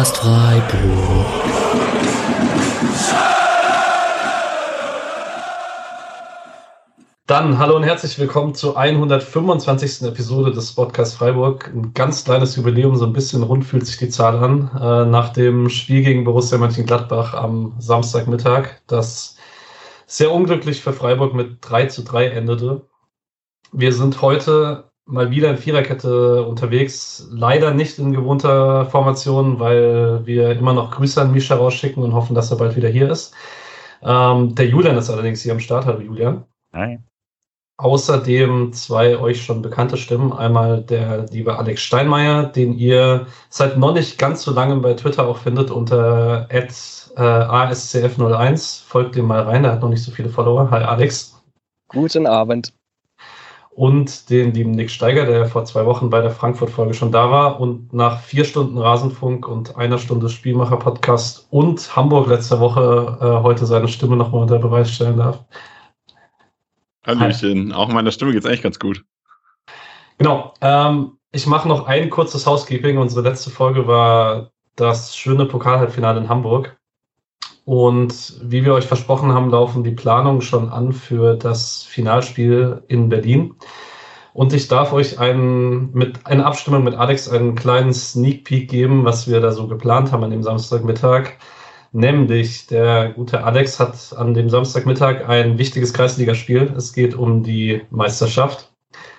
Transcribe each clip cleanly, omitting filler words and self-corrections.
Podcast Freiburg. Dann hallo und herzlich willkommen zur 125. Episode des Podcast Freiburg. Ein ganz kleines Jubiläum, so ein bisschen rund fühlt sich die Zahl an. Nach dem Spiel gegen Borussia Mönchengladbach am Samstagmittag, das sehr unglücklich für Freiburg mit 3:3 endete. Wir sind heute mal wieder in Viererkette unterwegs. Leider nicht in gewohnter Formation, weil wir immer noch Grüße an Mischa rausschicken und hoffen, dass er bald wieder hier ist. Der Julian ist allerdings hier am Start. Hallo Julian. Hi. Außerdem zwei euch schon bekannte Stimmen. Einmal der liebe Alex Steinmeier, den ihr seit noch nicht ganz so lange bei Twitter auch findet unter @ASCF01. Folgt dem mal rein, der hat noch nicht so viele Follower. Hi Alex. Guten Abend. Und den lieben Nick Steiger, der vor 2 Wochen bei der Frankfurt-Folge schon da war und nach 4 Stunden Rasenfunk und 1 Stunde Spielmacher-Podcast und Hamburg letzte Woche heute seine Stimme nochmal unter Beweis stellen darf. Hallöchen, auch meiner Stimme geht's eigentlich ganz gut. Genau, ich mache noch ein kurzes Housekeeping. Unsere letzte Folge war das schöne Pokalhalbfinale in Hamburg. Und wie wir euch versprochen haben, laufen die Planungen schon an für das Finalspiel in Berlin. Und ich darf euch mit einer Abstimmung mit Alex einen kleinen Sneak Peek geben, was wir da so geplant haben an dem Samstagmittag. Nämlich, der gute Alex hat an dem Samstagmittag ein wichtiges Kreisligaspiel. Es geht um die Meisterschaft.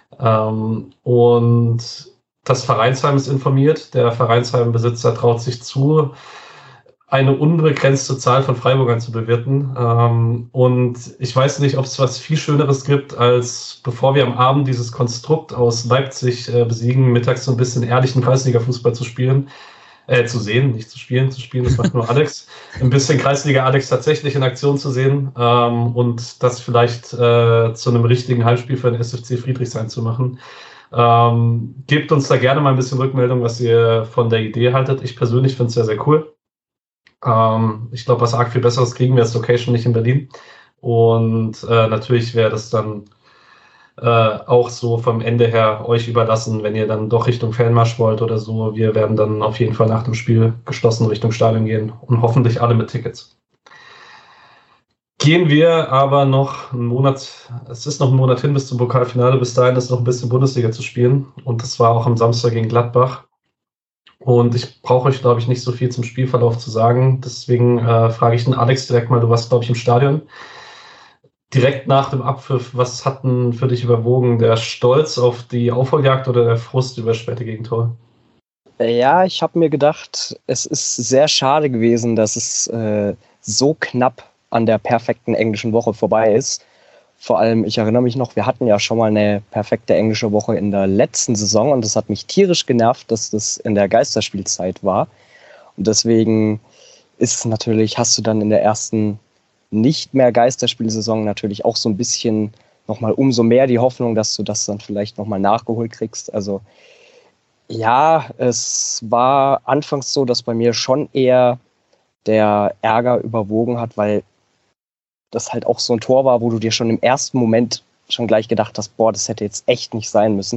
Und das Vereinsheim ist informiert. Der Vereinsheimbesitzer traut sich zu, eine unbegrenzte Zahl von Freiburgern zu bewirten. Und ich weiß nicht, ob es was viel Schöneres gibt, als bevor wir am Abend dieses Konstrukt aus Leipzig besiegen, mittags so ein bisschen ehrlichen Kreisliga-Fußball zu spielen. Zu sehen, nicht zu spielen, das macht nur Alex. Ein bisschen Kreisliga Alex tatsächlich in Aktion zu sehen und das vielleicht zu einem richtigen Heimspiel für den SFC Friedrichshain zu machen. Gebt uns da gerne mal ein bisschen Rückmeldung, was ihr von der Idee haltet. Ich persönlich finde es sehr, sehr cool. Ich glaube, was arg viel Besseres kriegen wir als Location nicht in Berlin. Und natürlich wäre das dann auch so vom Ende her euch überlassen, wenn ihr dann doch Richtung Fanmarsch wollt oder so. Wir werden dann auf jeden Fall nach dem Spiel geschlossen Richtung Stadion gehen und hoffentlich alle mit Tickets. Gehen wir aber noch einen Monat, es ist noch ein Monat hin bis zum Pokalfinale, bis dahin ist noch ein bisschen Bundesliga zu spielen und das war auch am Samstag gegen Gladbach. Und ich brauche euch, glaube ich, nicht so viel zum Spielverlauf zu sagen, deswegen frage ich den Alex direkt mal, du warst, glaube ich, im Stadion. Direkt nach dem Abpfiff, was hat denn für dich überwogen? Der Stolz auf die Aufholjagd oder der Frust über das späte Gegentor? Ja, ich habe mir gedacht, es ist sehr schade gewesen, dass es so knapp an der perfekten englischen Woche vorbei ist. Vor allem, ich erinnere mich noch, wir hatten ja schon mal eine perfekte englische Woche in der letzten Saison und das hat mich tierisch genervt, dass das in der Geisterspielzeit war. Und deswegen ist natürlich, hast du dann in der ersten nicht mehr Geisterspielsaison natürlich auch so ein bisschen nochmal umso mehr die Hoffnung, dass du das dann vielleicht nochmal nachgeholt kriegst. Also ja, es war anfangs so, dass bei mir schon eher der Ärger überwogen hat, weil das halt auch so ein Tor war, wo du dir schon im ersten Moment schon gleich gedacht hast, boah, das hätte jetzt echt nicht sein müssen.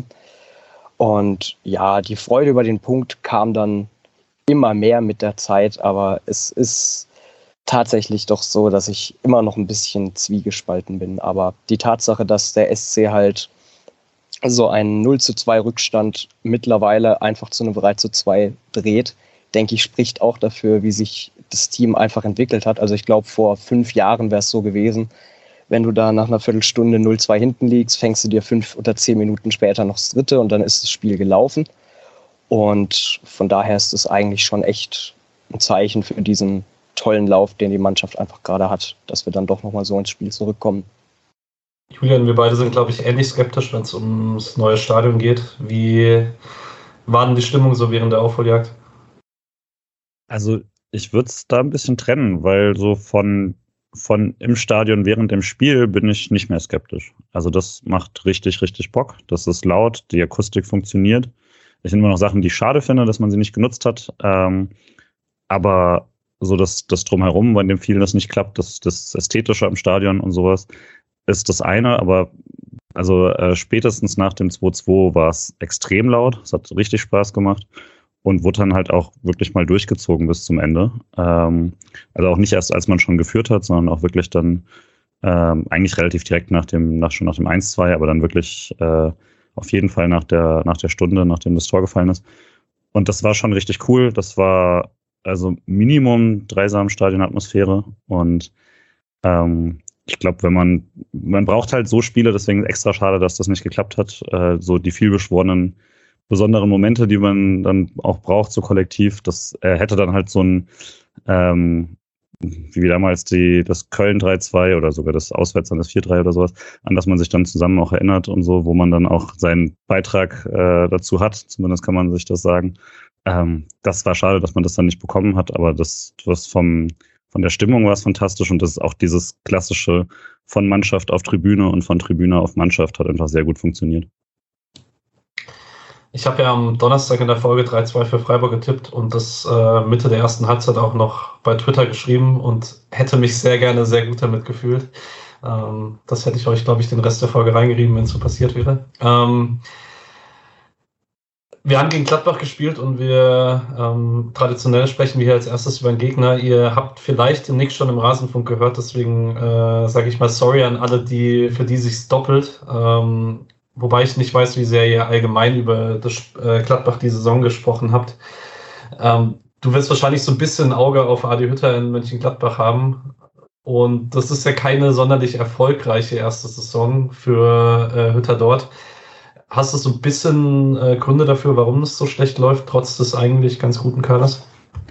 Und ja, die Freude über den Punkt kam dann immer mehr mit der Zeit, aber es ist tatsächlich doch so, dass ich immer noch ein bisschen zwiegespalten bin. Aber die Tatsache, dass der SC halt so einen 0:2 Rückstand mittlerweile einfach zu einem 3:2 dreht, denke ich, spricht auch dafür, wie sich das Team einfach entwickelt hat. Also ich glaube, vor 5 Jahren wäre es so gewesen, wenn du da nach einer Viertelstunde 0:2 hinten liegst, fängst du dir 5 oder 10 Minuten später noch das dritte und dann ist das Spiel gelaufen. Und von daher ist es eigentlich schon echt ein Zeichen für diesen tollen Lauf, den die Mannschaft einfach gerade hat, dass wir dann doch nochmal so ins Spiel zurückkommen. Julian, wir beide sind, glaube ich, ähnlich skeptisch, wenn es ums neue Stadion geht. Wie war denn die Stimmung so während der Aufholjagd? Also ich würde es da ein bisschen trennen, weil so von im Stadion während dem Spiel bin ich nicht mehr skeptisch. Also das macht richtig, richtig Bock. Das ist laut, die Akustik funktioniert. Es sind immer noch Sachen, die ich schade finde, dass man sie nicht genutzt hat. Aber so das Drumherum, bei dem vielen das nicht klappt, das Ästhetische am Stadion und sowas, ist das eine. Aber also spätestens nach dem 2:2 war es extrem laut. Es hat richtig Spaß gemacht. und wurde dann halt auch wirklich mal durchgezogen bis zum Ende. Also auch nicht erst, als man schon geführt hat, sondern auch wirklich dann eigentlich relativ direkt schon nach dem 1-2, aber dann wirklich auf jeden Fall nach der Stunde, nachdem das Tor gefallen ist. Und das war schon richtig cool. Das war also Minimum Dreisamstadion-Atmosphäre. Und ich glaube, man braucht halt so Spiele, deswegen extra schade, dass das nicht geklappt hat. So die vielbeschworenen besonderen Momente, die man dann auch braucht, so kollektiv. Das hätte dann halt so ein wie damals das Köln 3-2 oder sogar das Auswärts dann das 4-3 oder sowas, an das man sich dann zusammen auch erinnert und so, wo man dann auch seinen Beitrag dazu hat, zumindest kann man sich das sagen. Das war schade, dass man das dann nicht bekommen hat, aber von der Stimmung war es fantastisch und das ist auch dieses klassische von Mannschaft auf Tribüne und von Tribüne auf Mannschaft hat einfach sehr gut funktioniert. Ich habe ja am Donnerstag in der Folge 3-2 für Freiburg getippt und das Mitte der ersten Halbzeit auch noch bei Twitter geschrieben und hätte mich sehr gerne sehr gut damit gefühlt. Das hätte ich euch, glaube ich, den Rest der Folge reingerieben, wenn es so passiert wäre. Wir haben gegen Gladbach gespielt und wir traditionell sprechen wir hier als erstes über den Gegner. Ihr habt vielleicht den Nick schon im Rasenfunk gehört, deswegen sage ich mal sorry an alle, für die sich's doppelt. Wobei ich nicht weiß, wie sehr ihr allgemein über das Gladbach die Saison gesprochen habt. Du wirst wahrscheinlich so ein bisschen ein Auge auf Adi Hütter in Mönchengladbach haben. Und das ist ja keine sonderlich erfolgreiche erste Saison für Hütter dort. Hast du so ein bisschen Gründe dafür, warum es so schlecht läuft, trotz des eigentlich ganz guten Kaders?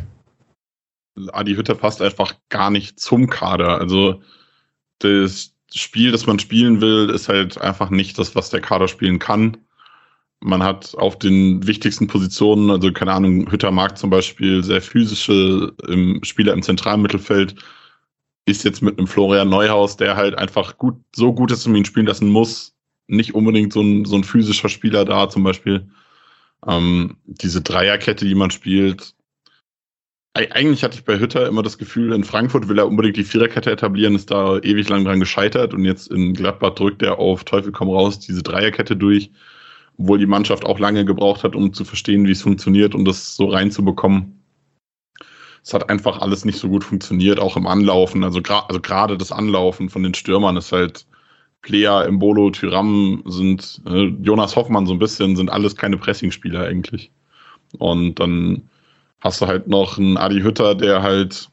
Adi Hütter passt einfach gar nicht zum Kader. Also das Spiel, das man spielen will, ist halt einfach nicht das, was der Kader spielen kann. Man hat auf den wichtigsten Positionen, also keine Ahnung, Hütter mag zum Beispiel sehr physische Spieler im zentralen Mittelfeld, ist jetzt mit einem Florian Neuhaus, der halt einfach so gut ist, dass man ihn spielen lassen muss, nicht unbedingt so ein physischer Spieler da zum Beispiel. Diese Dreierkette, die man spielt, eigentlich hatte ich bei Hütter immer das Gefühl, in Frankfurt will er unbedingt die Viererkette etablieren, ist da ewig lang dran gescheitert und jetzt in Gladbach drückt er auf Teufel komm raus diese Dreierkette durch, obwohl die Mannschaft auch lange gebraucht hat, um zu verstehen, wie es funktioniert und das so reinzubekommen. Es hat einfach alles nicht so gut funktioniert, auch im Anlaufen, also gerade das Anlaufen von den Stürmern ist halt Plea, Embolo, Thuram sind Jonas Hoffmann so ein bisschen, sind alles keine Pressingspieler eigentlich. Und dann hast du halt noch einen Adi Hütter, der halt,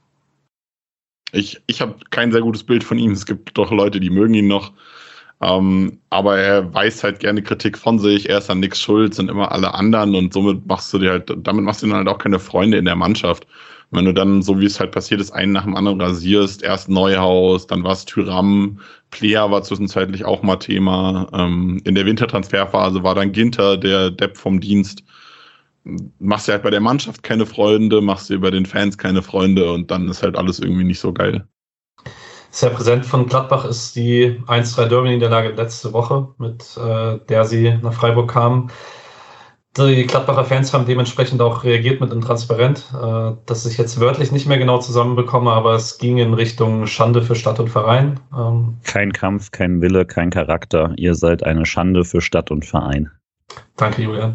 ich habe kein sehr gutes Bild von ihm, es gibt doch Leute, die mögen ihn noch, aber er weist halt gerne Kritik von sich, er ist an nichts schuld, sind immer alle anderen und damit machst du dann halt auch keine Freunde in der Mannschaft. Und wenn du dann, so wie es halt passiert ist, einen nach dem anderen rasierst, erst Neuhaus, dann war es Thuram, Plea war zwischenzeitlich auch mal Thema, in der Wintertransferphase war dann Ginter, der Depp vom Dienst, machst du halt bei der Mannschaft keine Freunde, machst dir bei den Fans keine Freunde und dann ist halt alles irgendwie nicht so geil. Sehr präsent von Gladbach ist die 1-3 Derby-Niederlage letzte Woche, mit der sie nach Freiburg kamen. Die Gladbacher Fans haben dementsprechend auch reagiert mit einem Transparent, das ich jetzt wörtlich nicht mehr genau zusammenbekomme, aber es ging in Richtung Schande für Stadt und Verein. Kein Kampf, kein Wille, kein Charakter. Ihr seid eine Schande für Stadt und Verein. Danke, Julian.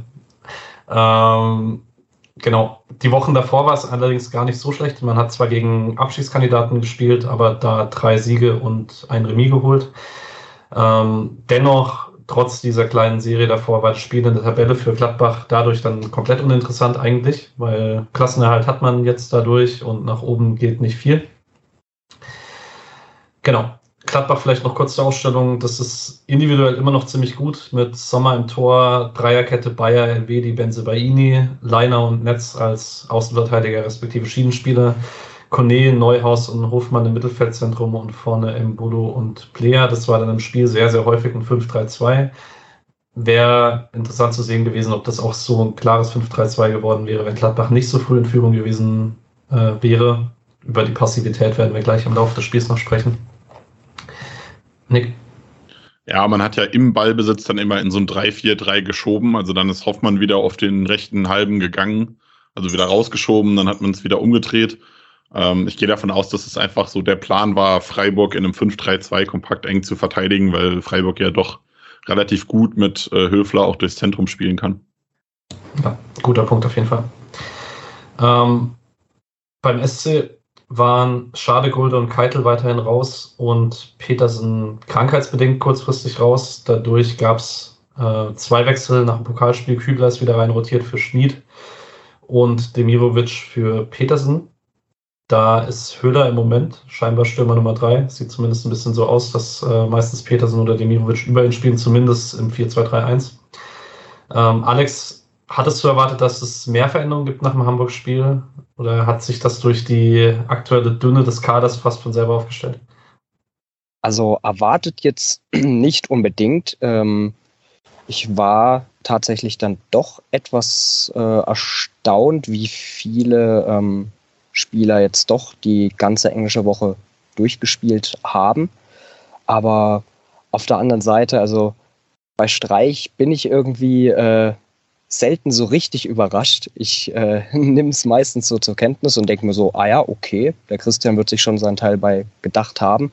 Genau, die Wochen davor war es allerdings gar nicht so schlecht. Man hat zwar gegen Abstiegskandidaten gespielt, aber da 3 Siege und ein Remis geholt. Dennoch, trotz dieser kleinen Serie davor, war das Spiel in der Tabelle für Gladbach dadurch dann komplett uninteressant eigentlich, weil Klassenerhalt hat man jetzt dadurch und nach oben geht nicht viel. Genau. Gladbach vielleicht noch kurz zur Ausstellung. Das ist individuell immer noch ziemlich gut mit Sommer im Tor, Dreierkette Bayer, Elvedi, Bensebaini, Leiner und Netz als Außenverteidiger respektive Schienenspieler, Kone, Neuhaus und Hofmann im Mittelfeldzentrum und vorne Embolo und Plea. Das war dann im Spiel sehr, sehr häufig ein 5-3-2. Wäre interessant zu sehen gewesen, ob das auch so ein klares 5-3-2 geworden wäre, wenn Gladbach nicht so früh in Führung gewesen wäre. Über die Passivität werden wir gleich im Laufe des Spiels noch sprechen. Nick? Ja, man hat ja im Ballbesitz dann immer in so ein 3-4-3 geschoben. Also dann ist Hoffmann wieder auf den rechten Halben gegangen, also wieder rausgeschoben, dann hat man es wieder umgedreht. Ich gehe davon aus, dass es einfach so der Plan war, Freiburg in einem 5-3-2 kompakt eng zu verteidigen, weil Freiburg ja doch relativ gut mit Höfler auch durchs Zentrum spielen kann. Ja, guter Punkt auf jeden Fall. Beim SC waren Schadegulde und Keitel weiterhin raus und Petersen krankheitsbedingt kurzfristig raus. Dadurch gab es 2 Wechsel nach dem Pokalspiel. Kübler ist wieder rein rotiert für Schmid und Demirovic für Petersen. Da ist Höhler im Moment scheinbar Stürmer Nummer 3. Sieht zumindest ein bisschen so aus, dass meistens Petersen oder Demirovic über ihn spielen, zumindest im 4-2-3-1. Alex, hattest du erwartet, dass es mehr Veränderungen gibt nach dem Hamburg-Spiel? Oder hat sich das durch die aktuelle Dünne des Kaders fast von selber aufgestellt? Also erwartet jetzt nicht unbedingt. Ich war tatsächlich dann doch etwas erstaunt, wie viele Spieler jetzt doch die ganze englische Woche durchgespielt haben. Aber auf der anderen Seite, also bei Streich bin ich irgendwie selten so richtig überrascht. Ich nehme es meistens so zur Kenntnis und denke mir so, ja, okay, der Christian wird sich schon seinen Teil bei gedacht haben.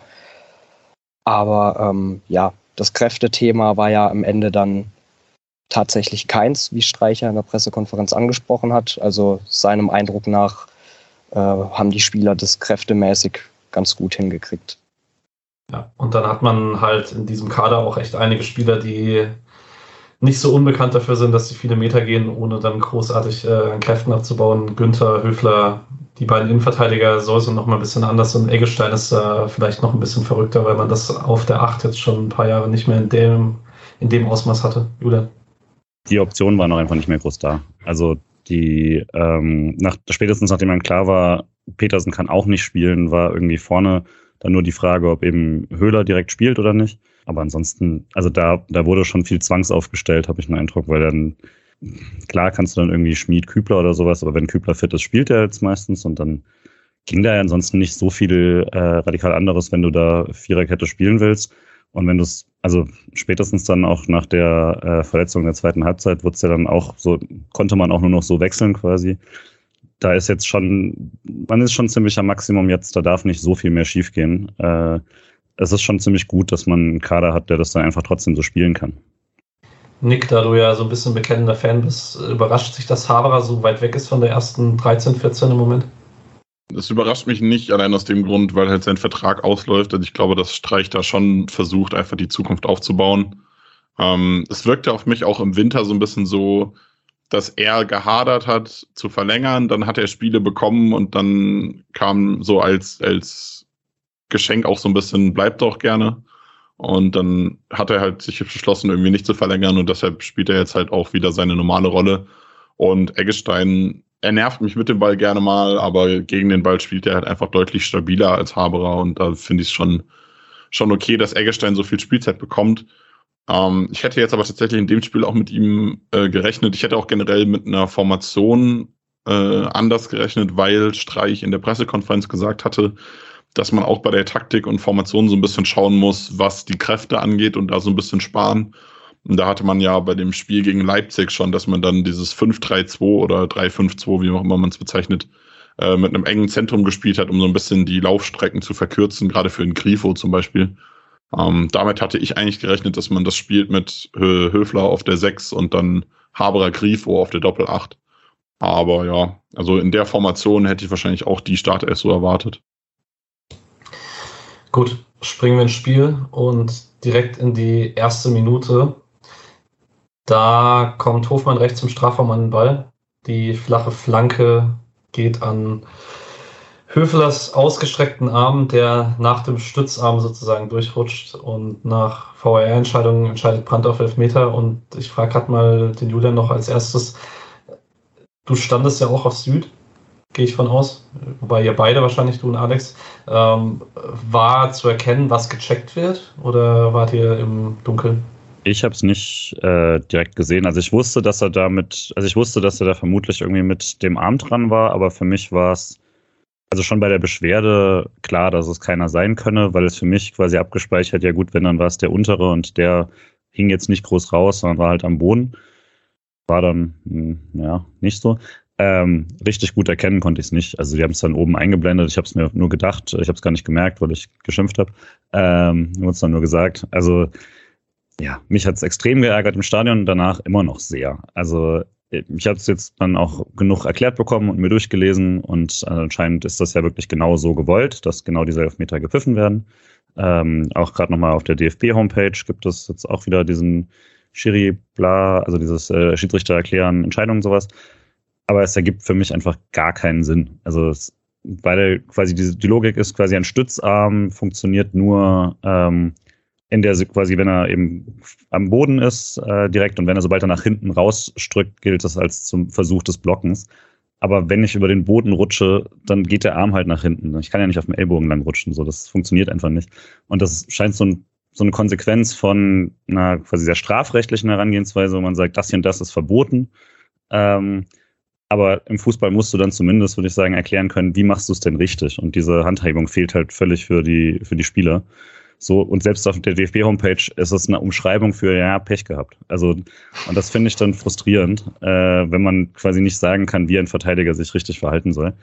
Aber das Kräftethema war ja am Ende dann tatsächlich keins, wie Streicher in der Pressekonferenz angesprochen hat. Also seinem Eindruck nach haben die Spieler das kräftemäßig ganz gut hingekriegt. Ja, und dann hat man halt in diesem Kader auch echt einige Spieler, die nicht so unbekannt dafür sind, dass sie viele Meter gehen, ohne dann großartig an Kräften abzubauen. Günther, Höfler, die beiden Innenverteidiger, Seus noch mal ein bisschen anders und Eggestein ist vielleicht noch ein bisschen verrückter, weil man das auf der 8 jetzt schon ein paar Jahre nicht mehr in dem Ausmaß hatte. Julian? Die Optionen waren auch einfach nicht mehr groß da. Also spätestens nachdem dann klar war, Petersen kann auch nicht spielen, war irgendwie vorne dann nur die Frage, ob eben Höhler direkt spielt oder nicht. Aber ansonsten, also da wurde schon viel Zwangs aufgestellt, habe ich den Eindruck, weil dann, klar kannst du dann irgendwie Schmid, Kübler oder sowas, aber wenn Kübler fit ist, spielt er jetzt meistens und dann ging da ja ansonsten nicht so viel radikal anderes, wenn du da Viererkette spielen willst. Und wenn du es, also spätestens dann auch nach der Verletzung der zweiten Halbzeit, wurde es ja dann auch so, konnte man auch nur noch so wechseln quasi. Da ist jetzt schon, man ist schon ziemlich am Maximum jetzt, da darf nicht so viel mehr schiefgehen. Es ist schon ziemlich gut, dass man einen Kader hat, der das dann einfach trotzdem so spielen kann. Nick, da du ja so ein bisschen bekennender Fan bist, überrascht sich, dass Haberer so weit weg ist von der ersten 13, 14 im Moment? Das überrascht mich nicht, allein aus dem Grund, weil halt sein Vertrag ausläuft. Also ich glaube, dass Streich da schon versucht, einfach die Zukunft aufzubauen. Es wirkte auf mich auch im Winter so ein bisschen so, dass er gehadert hat zu verlängern. Dann hat er Spiele bekommen und dann kam so als Geschenk auch so ein bisschen, bleibt doch gerne. Und dann hat er halt sich beschlossen, irgendwie nicht zu verlängern und deshalb spielt er jetzt halt auch wieder seine normale Rolle. Und Eggestein, er nervt mich mit dem Ball gerne mal, aber gegen den Ball spielt er halt einfach deutlich stabiler als Haberer und da finde ich es schon okay, dass Eggestein so viel Spielzeit bekommt. Ich hätte jetzt aber tatsächlich in dem Spiel auch mit ihm gerechnet. Ich hätte auch generell mit einer Formation anders gerechnet, weil Streich in der Pressekonferenz gesagt hatte, dass man auch bei der Taktik und Formation so ein bisschen schauen muss, was die Kräfte angeht und da so ein bisschen sparen. Und da hatte man ja bei dem Spiel gegen Leipzig schon, dass man dann dieses 5-3-2 oder 3-5-2, wie auch immer man es bezeichnet, mit einem engen Zentrum gespielt hat, um so ein bisschen die Laufstrecken zu verkürzen, gerade für den Grifo zum Beispiel. Damit hatte ich eigentlich gerechnet, dass man das spielt mit Höfler auf der 6 und dann Haberer Grifo auf der Doppel-8. Aber ja, also in der Formation hätte ich wahrscheinlich auch die Startelf so erwartet. Gut, springen wir ins Spiel und direkt in die erste Minute. Da kommt Hofmann rechts im Strafraum an den Ball. Die flache Flanke geht an Höflers ausgestreckten Arm, der nach dem Stützarm sozusagen durchrutscht und nach VAR-Entscheidung entscheidet Brandt auf Elfmeter. Und ich frage gerade mal den Julian noch als erstes, du standest ja auch auf Süd, gehe ich von aus, wobei ihr beide wahrscheinlich, du und Alex, war zu erkennen, was gecheckt wird oder wart ihr im Dunkeln? Ich habe es nicht direkt gesehen. Also ich wusste, dass er da vermutlich irgendwie mit dem Arm dran war, aber für mich war es also schon bei der Beschwerde klar, dass es keiner sein könne, weil es für mich quasi abgespeichert, ja gut, wenn dann war es der untere und der hing jetzt nicht groß raus, sondern war halt am Boden. War dann, nicht so. Richtig gut erkennen konnte ich es nicht. Also die haben es dann oben eingeblendet. Ich habe es mir nur gedacht. Ich habe es gar nicht gemerkt, weil ich geschimpft habe. Wurde es dann nur gesagt. Also ja, mich hat es extrem geärgert im Stadion, danach immer noch sehr. Also ich habe es jetzt dann auch genug erklärt bekommen und mir durchgelesen und anscheinend ist das ja wirklich genau so gewollt, dass genau diese Elfmeter gepfiffen werden. Auch gerade nochmal auf der DFB-Homepage gibt es jetzt auch wieder diesen also dieses Schiedsrichter erklären Entscheidungen und sowas. Aber es ergibt für mich einfach gar keinen Sinn. Also weil quasi die Logik ist, quasi ein Stützarm funktioniert nur quasi, wenn er eben am Boden ist direkt und sobald er nach hinten rausstrückt, gilt das als zum Versuch des Blockens. Aber wenn ich über den Boden rutsche, dann geht der Arm halt nach hinten. Ich kann ja nicht auf dem Ellbogen lang rutschen, so das funktioniert einfach nicht. Und das scheint so eine Konsequenz von einer quasi sehr strafrechtlichen Herangehensweise, wo man sagt, das hier und das ist verboten. Aber im Fußball musst du dann zumindest, würde ich sagen, erklären können, wie machst du es denn richtig? Und diese Handhabung fehlt halt völlig für die Spieler. So, und selbst auf der DFB-Homepage ist es eine Umschreibung für, ja, Pech gehabt. Also, und das finde ich dann frustrierend, wenn man quasi nicht sagen kann, wie ein Verteidiger sich richtig verhalten soll.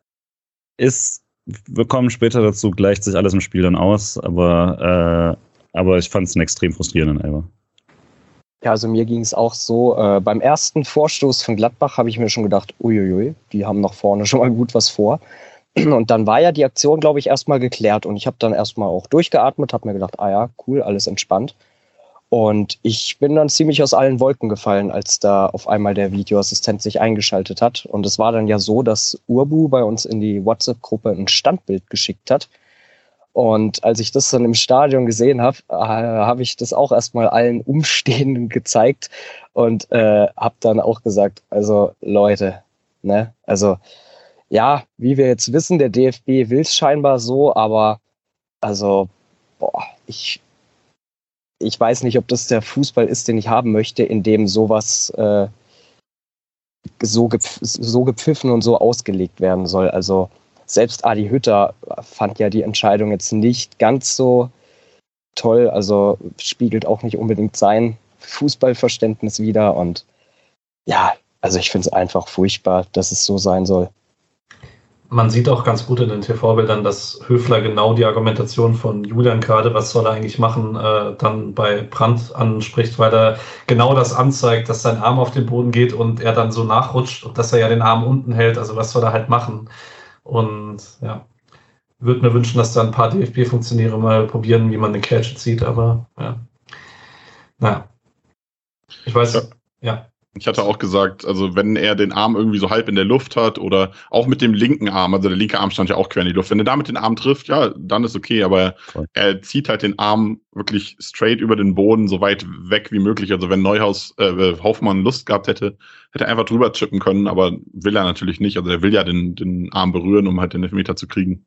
Wir kommen später dazu, gleicht sich alles im Spiel dann aus, aber ich fand es einen extrem frustrierenden Elfer. Ja, also mir ging es auch so, beim ersten Vorstoß von Gladbach habe ich mir schon gedacht, uiuiui, die haben noch vorne schon mal gut was vor. Und dann war ja die Aktion, glaube ich, erstmal geklärt und ich habe dann erstmal auch durchgeatmet, habe mir gedacht, ah ja, cool, alles entspannt. Und ich bin dann ziemlich aus allen Wolken gefallen, als da auf einmal der Videoassistent sich eingeschaltet hat. Und es war dann ja so, dass Urbu bei uns in die WhatsApp-Gruppe ein Standbild geschickt hat. Und als ich das dann im Stadion gesehen habe, habe ich das auch erstmal allen Umstehenden gezeigt und habe dann auch gesagt, also Leute, ne, also ja, wie wir jetzt wissen, der DFB will es scheinbar so, aber also, ich weiß nicht, ob das der Fußball ist, den ich haben möchte, in dem sowas so gepfiffen und so ausgelegt werden soll. Also selbst Adi Hütter fand ja die Entscheidung jetzt nicht ganz so toll, also spiegelt auch nicht unbedingt sein Fußballverständnis wider und ja, also ich finde es einfach furchtbar, dass es so sein soll. Man sieht auch ganz gut in den TV-Bildern, dass Höfler genau die Argumentation von Julian gerade, was soll er eigentlich machen, dann bei Brandt anspricht, weil er genau das anzeigt, dass sein Arm auf den Boden geht und er dann so nachrutscht und dass er ja den Arm unten hält, also was soll er halt machen? Und ja, würde mir wünschen, dass da ein paar DFB-Funktionäre mal probieren, wie man eine Catch zieht, aber ja. Naja. Ich weiß, ja. Ich hatte auch gesagt, also wenn er den Arm irgendwie so halb in der Luft hat oder auch mit dem linken Arm, also der linke Arm stand ja auch quer in die Luft, wenn er damit den Arm trifft, ja, dann ist okay, aber er zieht halt den Arm wirklich straight über den Boden, so weit weg wie möglich. Also wenn Hoffmann Lust gehabt hätte er einfach drüber chippen können, aber will er natürlich nicht. Also er will ja den Arm berühren, um halt den Elfmeter zu kriegen.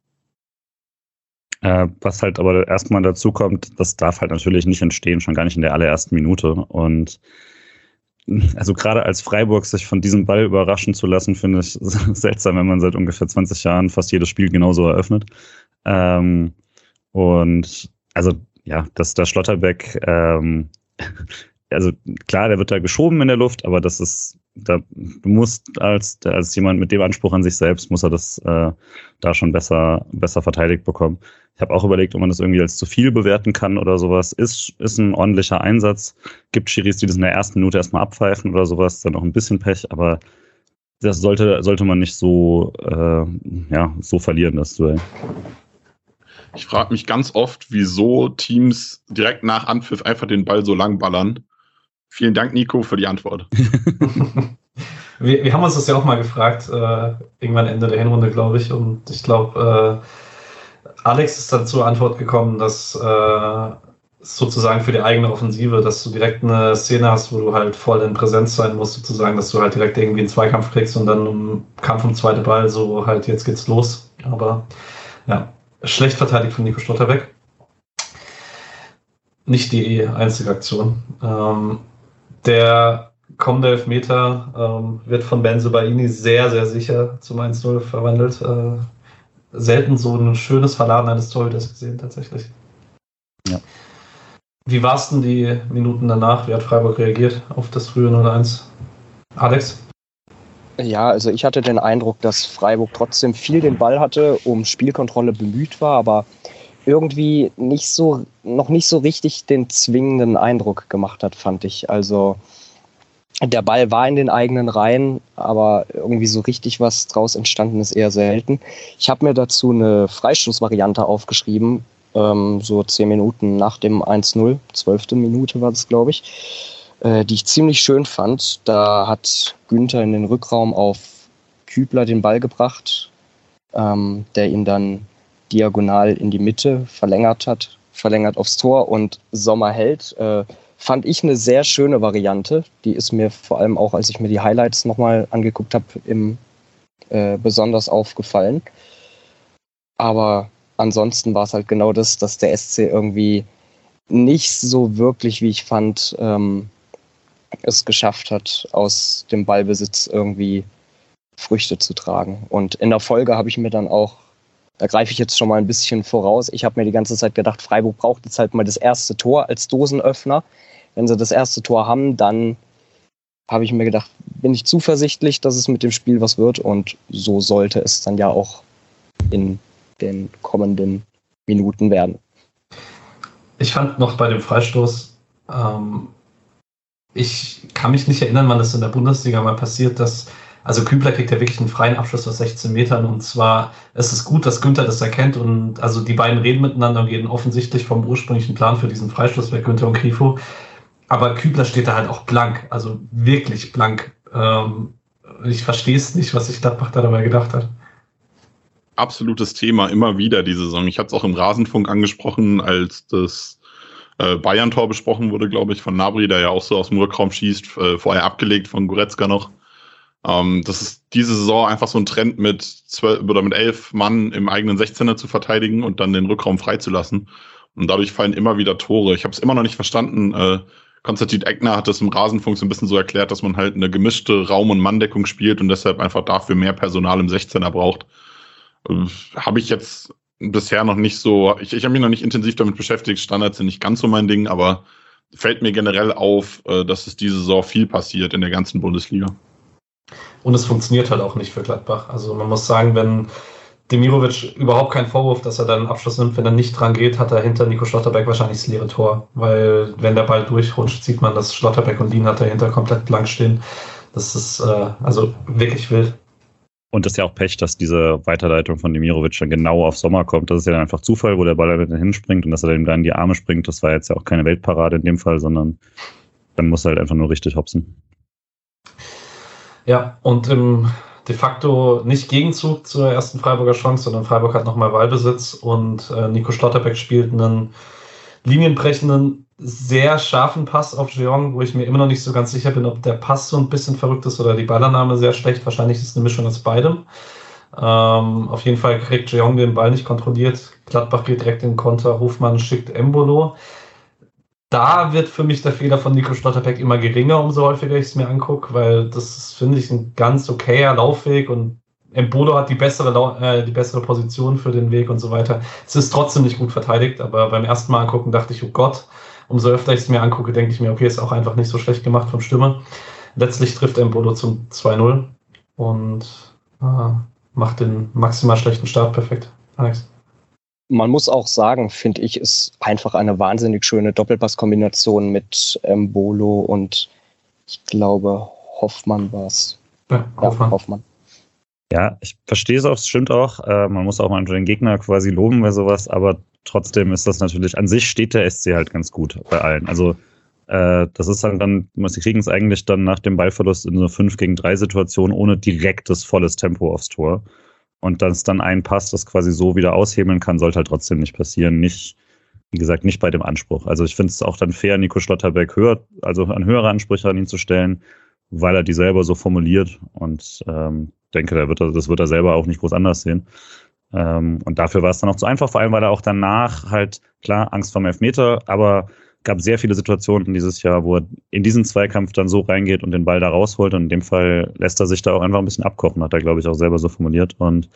Was halt aber erstmal dazu kommt, das darf halt natürlich nicht entstehen, schon gar nicht in der allerersten Minute. Und also gerade als Freiburg sich von diesem Ball überraschen zu lassen, finde ich seltsam, wenn man seit ungefähr 20 Jahren fast jedes Spiel genauso eröffnet. Und also ja, dass der Schlotterbeck, also klar, der wird da geschoben in der Luft, aber das ist, du musst als jemand mit dem Anspruch an sich selbst, muss er das da schon besser verteidigt bekommen. Ich habe auch überlegt, ob man das irgendwie als zu viel bewerten kann oder sowas. Ist ein ordentlicher Einsatz. Gibt Schiris, die das in der ersten Minute erstmal abpfeifen oder sowas, dann auch ein bisschen Pech, aber das sollte man nicht so verlieren, das Duell. Ich frage mich ganz oft, wieso Teams direkt nach Anpfiff einfach den Ball so lang ballern. Vielen Dank, Nico, für die Antwort. Wir haben uns das ja auch mal gefragt, irgendwann Ende der Hinrunde, glaube ich. Und ich glaube, Alex ist dann zur Antwort gekommen, dass sozusagen für die eigene Offensive, dass du direkt eine Szene hast, wo du halt voll in Präsenz sein musst, sozusagen, dass du halt direkt irgendwie einen Zweikampf kriegst und dann im Kampf um zweite Ball so halt, jetzt geht's los. Aber ja, schlecht verteidigt von Nico Schlotterbeck. Nicht die einzige Aktion. Der kommende Elfmeter wird von Bensebaini sehr, sehr sicher zum 1-0 verwandelt. Selten so ein schönes Verladen eines Torhüters gesehen, tatsächlich. Ja. Wie war es denn die Minuten danach? Wie hat Freiburg reagiert auf das frühe 0-1? Alex? Ja, also ich hatte den Eindruck, dass Freiburg trotzdem viel den Ball hatte, um Spielkontrolle bemüht war, aber irgendwie noch nicht so richtig den zwingenden Eindruck gemacht hat, fand ich. Also Der Ball war in den eigenen Reihen, aber irgendwie so richtig was draus entstanden ist eher selten. Ich habe mir dazu eine Freistoßvariante aufgeschrieben, so 10 Minuten nach dem 1-0, 12. Minute war das, glaube ich, die ich ziemlich schön fand. Da hat Günther in den Rückraum auf Kübler den Ball gebracht, der ihn dann diagonal in die Mitte verlängert aufs Tor und Sommer hält. Fand ich eine sehr schöne Variante. Die ist mir vor allem auch, als ich mir die Highlights nochmal angeguckt habe, besonders aufgefallen. Aber ansonsten war es halt genau das, dass der SC irgendwie nicht so wirklich, wie ich fand, es geschafft hat, aus dem Ballbesitz irgendwie Früchte zu tragen. Und in der Folge habe ich mir dann auch, da greife ich jetzt schon mal ein bisschen voraus, ich habe mir die ganze Zeit gedacht, Freiburg braucht jetzt halt mal das erste Tor als Dosenöffner. Wenn sie das erste Tor haben, dann habe ich mir gedacht, bin ich zuversichtlich, dass es mit dem Spiel was wird. Und so sollte es dann ja auch in den kommenden Minuten werden. Ich fand noch bei dem Freistoß, ich kann mich nicht erinnern, wann das in der Bundesliga mal passiert, also Kübler kriegt ja wirklich einen freien Abschluss aus 16 Metern und zwar ist es gut, dass Günther das erkennt und also die beiden reden miteinander und gehen offensichtlich vom ursprünglichen Plan für diesen Freistoß weg, Günther und Grifo. Aber Kübler steht da halt auch blank, also wirklich blank. Ich verstehe es nicht, was sich Gladbach da dabei gedacht hat. Absolutes Thema immer wieder die Saison. Ich hatte es auch im Rasenfunk angesprochen, als das Bayern-Tor besprochen wurde, glaube ich, von Gnabry, der ja auch so aus dem Rückraum schießt, vorher abgelegt von Goretzka noch. Das ist diese Saison einfach so ein Trend mit 12 oder mit 11 Mann im eigenen 16er zu verteidigen und dann den Rückraum freizulassen. Und dadurch fallen immer wieder Tore. Ich habe es immer noch nicht verstanden. Konstantin Eckner hat das im Rasenfunk so ein bisschen so erklärt, dass man halt eine gemischte Raum- und Manndeckung spielt und deshalb einfach dafür mehr Personal im 16er braucht. Habe ich jetzt bisher noch nicht so, ich habe mich noch nicht intensiv damit beschäftigt, Standards sind nicht ganz so mein Ding, aber fällt mir generell auf, dass es diese Saison viel passiert in der ganzen Bundesliga. Und es funktioniert halt auch nicht für Gladbach. Also man muss sagen, wenn Demirovic überhaupt keinen Vorwurf, dass er dann einen Abschluss nimmt, wenn er nicht dran geht, hat er hinter Nico Schlotterbeck wahrscheinlich das leere Tor. Weil wenn der Ball durchrutscht, sieht man, dass Schlotterbeck und Lienhardt dahinter komplett blank stehen. Das ist also wirklich wild. Und das ist ja auch Pech, dass diese Weiterleitung von Demirovic dann genau auf Sommer kommt. Das ist ja dann einfach Zufall, wo der Ball dann hinspringt und dass er dann in die Arme springt. Das war jetzt ja auch keine Weltparade in dem Fall, sondern dann muss er halt einfach nur richtig hopsen. Ja, und im de facto nicht Gegenzug zur ersten Freiburger Chance, sondern Freiburg hat nochmal Ballbesitz und Nico Schlotterbeck spielt einen linienbrechenden, sehr scharfen Pass auf Jeong, wo ich mir immer noch nicht so ganz sicher bin, ob der Pass so ein bisschen verrückt ist oder die Ballannahme sehr schlecht. Wahrscheinlich ist es eine Mischung aus beidem. Auf jeden Fall kriegt Jeong den Ball nicht kontrolliert. Gladbach geht direkt in den Konter. Hofmann schickt Embolo. Da wird für mich der Fehler von Nico Schlotterbeck immer geringer, umso häufiger ich es mir angucke, weil das ist, finde ich, ein ganz okayer Laufweg und Embolo hat die bessere Position für den Weg und so weiter. Es ist trotzdem nicht gut verteidigt, aber beim ersten Mal angucken dachte ich, oh Gott, umso öfter ich es mir angucke, denke ich mir, okay, ist auch einfach nicht so schlecht gemacht vom Stürmer. Letztlich trifft Embolo zum 2-0 und macht den maximal schlechten Start perfekt. Alex. Man muss auch sagen, finde ich, ist einfach eine wahnsinnig schöne Doppelpasskombination mit Embolo und ich glaube, Hoffmann war es. Ja, Hoffmann. Ja, ich verstehe es auch, es stimmt auch. Man muss auch mal den Gegner quasi loben bei sowas, aber trotzdem ist das natürlich, an sich steht der SC halt ganz gut bei allen. Also das ist halt dann, sie kriegen es eigentlich dann nach dem Ballverlust in so 5-gegen-3 Situation ohne direktes, volles Tempo aufs Tor. Und dass dann ein Pass das quasi so wieder aushebeln kann, sollte halt trotzdem nicht passieren. Nicht, wie gesagt, nicht bei dem Anspruch. Also ich finde es auch dann fair, Nico Schlotterbeck an höhere Ansprüche an ihn zu stellen, weil er die selber so formuliert und denke, das wird er selber auch nicht groß anders sehen. Und dafür war es dann auch zu einfach, vor allem weil er auch danach halt, klar, Angst vorm Elfmeter, aber gab sehr viele Situationen dieses Jahr, wo er in diesen Zweikampf dann so reingeht und den Ball da rausholt. Und in dem Fall lässt er sich da auch einfach ein bisschen abkochen, hat er, glaube ich, auch selber so formuliert. Und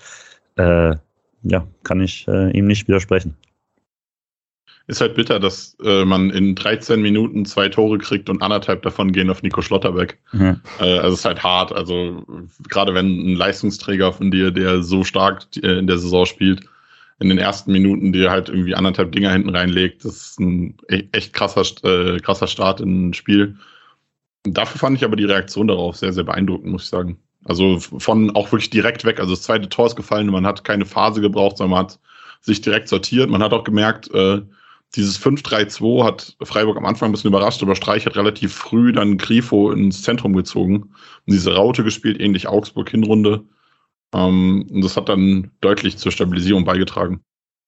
kann ich ihm nicht widersprechen. Ist halt bitter, dass man in 13 Minuten 2 Tore kriegt und 1,5 davon gehen auf Nico Schlotterbeck. Mhm. Also es ist halt hart. Also gerade wenn ein Leistungsträger von dir, der so stark in der Saison spielt, in den ersten Minuten dir halt irgendwie 1,5 Dinger hinten reinlegt, das ist ein echt krasser Start in ein Spiel. Dafür fand ich aber die Reaktion darauf sehr, sehr beeindruckend, muss ich sagen. Also von auch wirklich direkt weg. Also das zweite Tor ist gefallen und man hat keine Phase gebraucht, sondern man hat sich direkt sortiert. Man hat auch gemerkt, dieses 5-3-2 hat Freiburg am Anfang ein bisschen überrascht, aber Streich hat relativ früh dann Grifo ins Zentrum gezogen und diese Raute gespielt, ähnlich Augsburg-Hinrunde. Und das hat dann deutlich zur Stabilisierung beigetragen.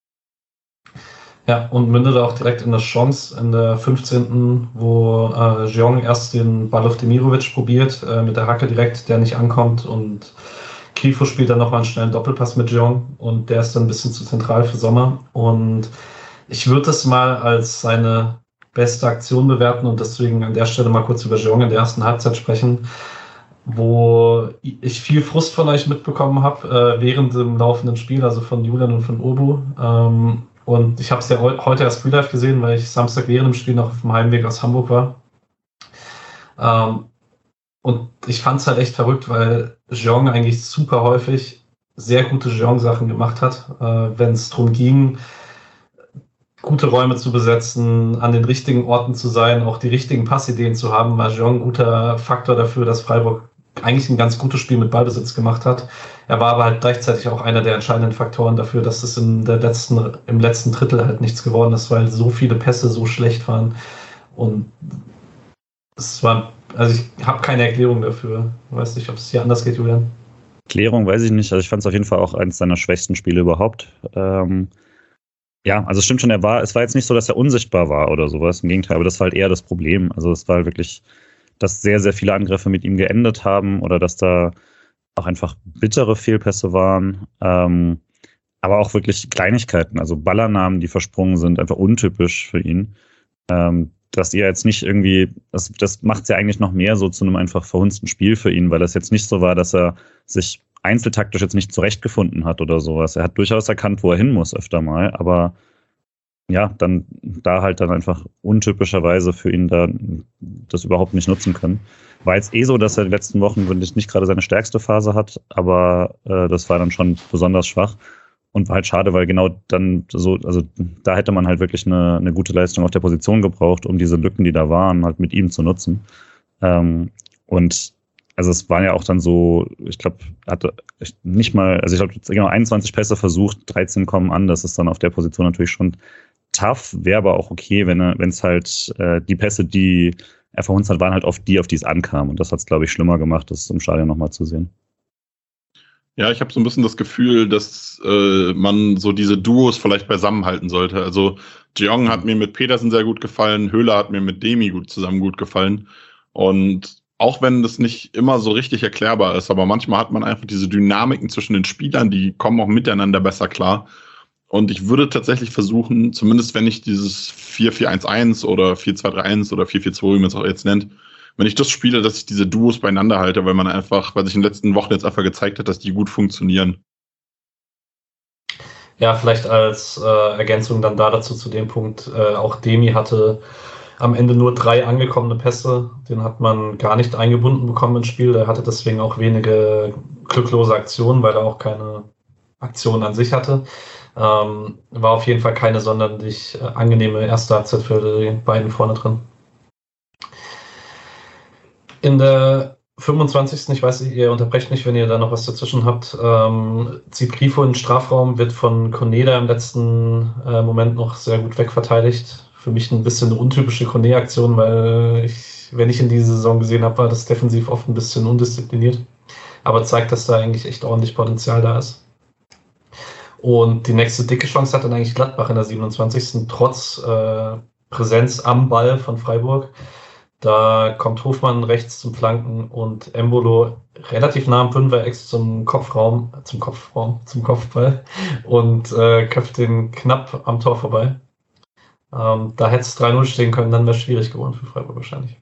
Ja, und mündete auch direkt in der Chance in der 15., wo Jeong erst den Ball auf Demirovic probiert, mit der Hacke direkt, der nicht ankommt, und Grifo spielt dann nochmal einen schnellen Doppelpass mit Jeong und der ist dann ein bisschen zu zentral für Sommer, und ich würde es mal als seine beste Aktion bewerten und deswegen an der Stelle mal kurz über Jeong in der ersten Halbzeit sprechen, wo ich viel Frust von euch mitbekommen habe während dem laufenden Spiel, also von Julian und von Urbu. Und ich habe es ja heute erst Real Life gesehen, weil ich Samstag während dem Spiel noch auf dem Heimweg aus Hamburg war. Und ich fand es halt echt verrückt, weil Jeong eigentlich super häufig sehr gute Jeong-Sachen gemacht hat, wenn es darum ging, gute Räume zu besetzen, an den richtigen Orten zu sein, auch die richtigen Passideen zu haben, war Jeong ein guter Faktor dafür, dass Freiburg eigentlich ein ganz gutes Spiel mit Ballbesitz gemacht hat. Er war aber halt gleichzeitig auch einer der entscheidenden Faktoren dafür, dass es im letzten Drittel halt nichts geworden ist, weil so viele Pässe so schlecht waren. Und es war, also ich habe keine Erklärung dafür. Ich weiß nicht, ob es hier anders geht, Julian. Erklärung weiß ich nicht. Also ich fand es auf jeden Fall auch eines seiner schwächsten Spiele überhaupt. Ja, also es stimmt schon, es war jetzt nicht so, dass er unsichtbar war oder sowas. Im Gegenteil, aber das war halt eher das Problem. Also es war halt wirklich, dass sehr, sehr viele Angriffe mit ihm geendet haben oder dass da auch einfach bittere Fehlpässe waren. Aber auch wirklich Kleinigkeiten, also Ballernamen, die versprungen sind, einfach untypisch für ihn. Dass ihr jetzt nicht irgendwie, das macht es ja eigentlich noch mehr so zu einem einfach verhunzten Spiel für ihn, weil das jetzt nicht so war, dass er sich einzeltaktisch jetzt nicht zurechtgefunden hat oder sowas. Er hat durchaus erkannt, wo er hin muss öfter mal, aber ja, dann da halt dann einfach untypischerweise für ihn da das überhaupt nicht nutzen können. War jetzt so, dass er die letzten Wochen wirklich nicht gerade seine stärkste Phase hat, aber das war dann schon besonders schwach und war halt schade, weil genau dann so, also da hätte man halt wirklich eine gute Leistung auf der Position gebraucht, um diese Lücken, die da waren, halt mit ihm zu nutzen. Und also es waren ja auch dann so, ich glaube, ich glaube, genau 21 Pässe versucht, 13 kommen an. Das ist dann auf der Position natürlich schon tough, wäre aber auch okay, wenn es halt die Pässe, die er verhunzt hat, waren halt oft die, auf die es ankam. Und das hat es, glaube ich, schlimmer gemacht, das im Stadion nochmal zu sehen. Ja, ich habe so ein bisschen das Gefühl, dass man so diese Duos vielleicht beisammenhalten sollte. Also Jeong hat mir mit Petersen sehr gut gefallen, Höhler hat mir mit Demi zusammen gut gefallen. Und auch wenn das nicht immer so richtig erklärbar ist, aber manchmal hat man einfach diese Dynamiken zwischen den Spielern, die kommen auch miteinander besser klar. Und ich würde tatsächlich versuchen, zumindest wenn ich dieses 4-4-1-1 oder 4-2-3-1 oder 4-4-2, wie man es auch jetzt nennt, wenn ich das spiele, dass ich diese Duos beieinander halte, weil sich in den letzten Wochen jetzt einfach gezeigt hat, dass die gut funktionieren. Ja, vielleicht als Ergänzung dann dazu zu dem Punkt, auch Demi hatte am Ende nur 3 angekommene Pässe, den hat man gar nicht eingebunden bekommen ins Spiel, der hatte deswegen auch wenige glücklose Aktionen, weil er auch keine Aktion an sich hatte. War auf jeden Fall keine sonderlich angenehme erste Halbzeit für die beiden vorne drin. In der 25. Ich weiß nicht, ihr unterbrecht mich, wenn ihr da noch was dazwischen habt, zieht Grifo in den Strafraum, wird von Koneda im letzten Moment noch sehr gut wegverteidigt. Für mich ein bisschen eine untypische Kone-Aktion, weil wenn ich in diese Saison gesehen habe, war das defensiv oft ein bisschen undiszipliniert. Aber zeigt, dass da eigentlich echt ordentlich Potenzial da ist. Und die nächste dicke Chance hat dann eigentlich Gladbach in der 27. Trotz Präsenz am Ball von Freiburg. Da kommt Hofmann rechts zum Flanken und Embolo relativ nah am 5er-Ex zum Kopfball und köpft den knapp am Tor vorbei. Da hätte es 3-0 stehen können, dann wäre es schwierig geworden für Freiburg wahrscheinlich.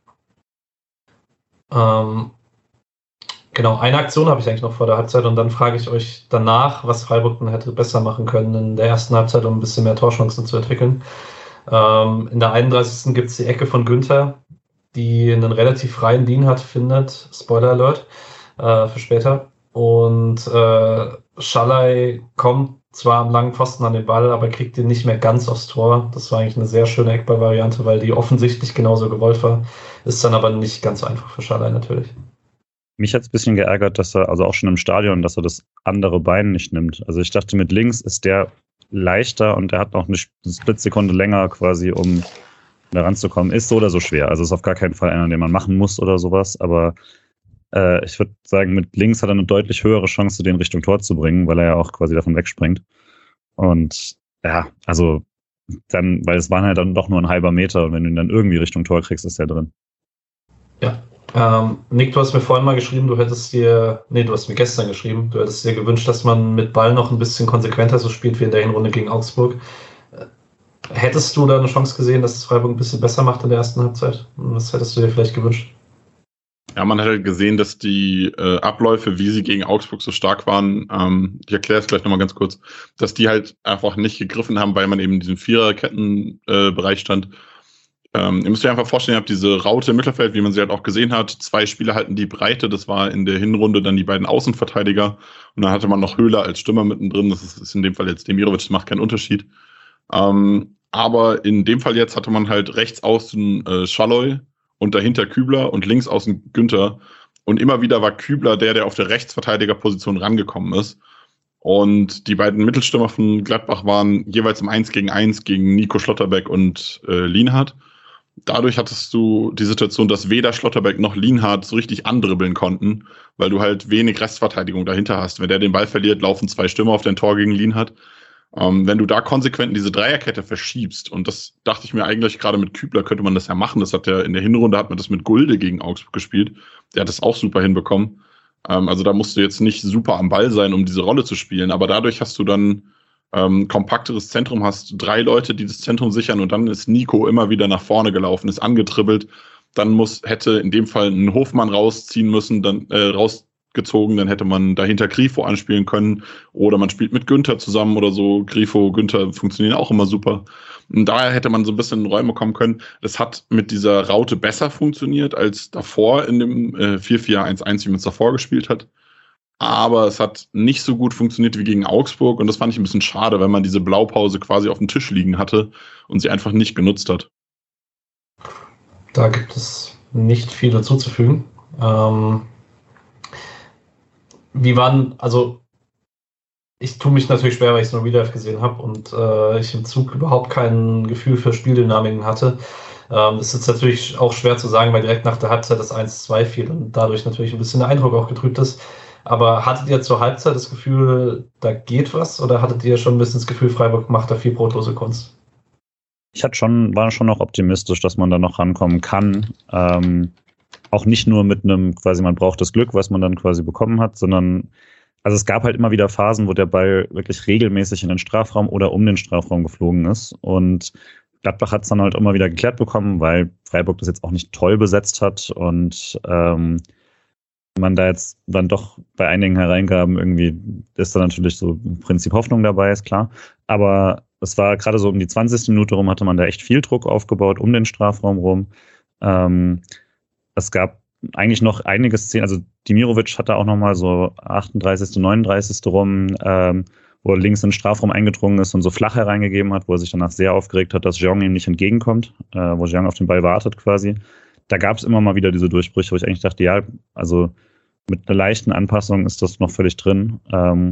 Genau, eine Aktion habe ich eigentlich noch vor der Halbzeit und dann frage ich euch danach, was Freiburg dann hätte besser machen können in der ersten Halbzeit, um ein bisschen mehr Torchancen zu entwickeln. In der 31. gibt es die Ecke von Günther, die einen relativ freien Lean findet, Spoiler Alert, für später. Und Schalay kommt zwar am langen Pfosten an den Ball, aber kriegt ihn nicht mehr ganz aufs Tor. Das war eigentlich eine sehr schöne Eckball-Variante, weil die offensichtlich genauso gewollt war. Ist dann aber nicht ganz so einfach für Schalay natürlich. Mich hat es ein bisschen geärgert, dass er, also auch schon im Stadion, dass er das andere Bein nicht nimmt. Also ich dachte, mit links ist der leichter und er hat noch eine Splitsekunde länger quasi, um da ranzukommen. Ist so oder so schwer. Also ist auf gar keinen Fall einer, den man machen muss oder sowas. Aber ich würde sagen, mit links hat er eine deutlich höhere Chance, den Richtung Tor zu bringen, weil er ja auch quasi davon wegspringt. Und ja, also dann, weil es waren halt dann doch nur ein halber Meter und wenn du ihn dann irgendwie Richtung Tor kriegst, ist er drin. Ja. Nick, du hast mir vorhin mal geschrieben, du hast mir gestern geschrieben, du hättest dir gewünscht, dass man mit Ball noch ein bisschen konsequenter so spielt wie in der Hinrunde gegen Augsburg. Hättest du da eine Chance gesehen, dass es Freiburg ein bisschen besser macht in der ersten Halbzeit? Was hättest du dir vielleicht gewünscht? Ja, man hat halt gesehen, dass die Abläufe, wie sie gegen Augsburg so stark waren, ich erkläre es gleich nochmal ganz kurz, dass die halt einfach nicht gegriffen haben, weil man eben in diesem Viererkettenbereich stand. Ihr müsst euch einfach vorstellen, ihr habt diese Raute im Mittelfeld, wie man sie halt auch gesehen hat. 2 Spieler halten die Breite, das war in der Hinrunde dann die beiden Außenverteidiger. Und dann hatte man noch Höhler als Stürmer mittendrin, das ist in dem Fall jetzt Demirovic, das macht keinen Unterschied. Aber in dem Fall jetzt hatte man halt rechts außen Schalay und dahinter Kübler und links außen Günther. Und immer wieder war Kübler der auf der Rechtsverteidigerposition rangekommen ist. Und die beiden Mittelstürmer von Gladbach waren jeweils im 1-gegen-1 gegen Nico Schlotterbeck und Lienhardt. Dadurch hattest du die Situation, dass weder Schlotterbeck noch Lienhardt so richtig andribbeln konnten, weil du halt wenig Restverteidigung dahinter hast. Wenn der den Ball verliert, laufen 2 Stürmer auf dein Tor gegen Lienhardt. Wenn du da konsequent diese Dreierkette verschiebst, und das dachte ich mir eigentlich, gerade mit Kübler könnte man das ja machen, das hat ja in der Hinrunde hat man das mit Gulde gegen Augsburg gespielt, der hat das auch super hinbekommen. Also da musst du jetzt nicht super am Ball sein, um diese Rolle zu spielen, aber dadurch hast du dann kompakteres Zentrum, hast 3 Leute, die das Zentrum sichern und dann ist Nico immer wieder nach vorne gelaufen, ist angetribbelt, dann hätte in dem Fall ein Hofmann rausziehen müssen, dann rausgezogen, dann hätte man dahinter Grifo anspielen können oder man spielt mit Günther zusammen oder so. Grifo, Günther funktionieren auch immer super. Und daher hätte man so ein bisschen in Räume kommen können. Das hat mit dieser Raute besser funktioniert als davor in dem 4-4-1-1, wie man es davor gespielt hat. Aber es hat nicht so gut funktioniert wie gegen Augsburg und das fand ich ein bisschen schade, weil man diese Blaupause quasi auf dem Tisch liegen hatte und sie einfach nicht genutzt hat. Da gibt es nicht viel dazuzufügen. Ich tue mich natürlich schwer, weil ich es nur Real Life gesehen habe und ich im Zug überhaupt kein Gefühl für Spieldynamiken hatte. Das ist jetzt natürlich auch schwer zu sagen, weil direkt nach der Halbzeit das 1-2 fiel und dadurch natürlich ein bisschen der Eindruck auch getrübt ist. Aber hattet ihr zur Halbzeit das Gefühl, da geht was? Oder hattet ihr schon ein bisschen das Gefühl, Freiburg macht da viel brotlose Kunst? War schon noch optimistisch, dass man da noch rankommen kann. Auch nicht nur mit einem quasi, man braucht das Glück, was man dann quasi bekommen hat, sondern also es gab halt immer wieder Phasen, wo der Ball wirklich regelmäßig in den Strafraum oder um den Strafraum geflogen ist. Und Gladbach hat es dann halt immer wieder geklärt bekommen, weil Freiburg das jetzt auch nicht toll besetzt hat und man da jetzt dann doch bei einigen Hereingaben irgendwie ist da natürlich so im Prinzip Hoffnung dabei, ist klar. Aber es war gerade so um die 20. Minute rum, hatte man da echt viel Druck aufgebaut um den Strafraum rum. Es gab eigentlich noch einige Szenen, also Demirovic hatte auch nochmal so 38., 39. rum, wo er links in den Strafraum eingedrungen ist und so flach hereingegeben hat, wo er sich danach sehr aufgeregt hat, dass Jeong ihm nicht entgegenkommt, wo Jeong auf den Ball wartet quasi. Da gab es immer mal wieder diese Durchbrüche, wo ich eigentlich dachte, ja, also mit einer leichten Anpassung ist das noch völlig drin.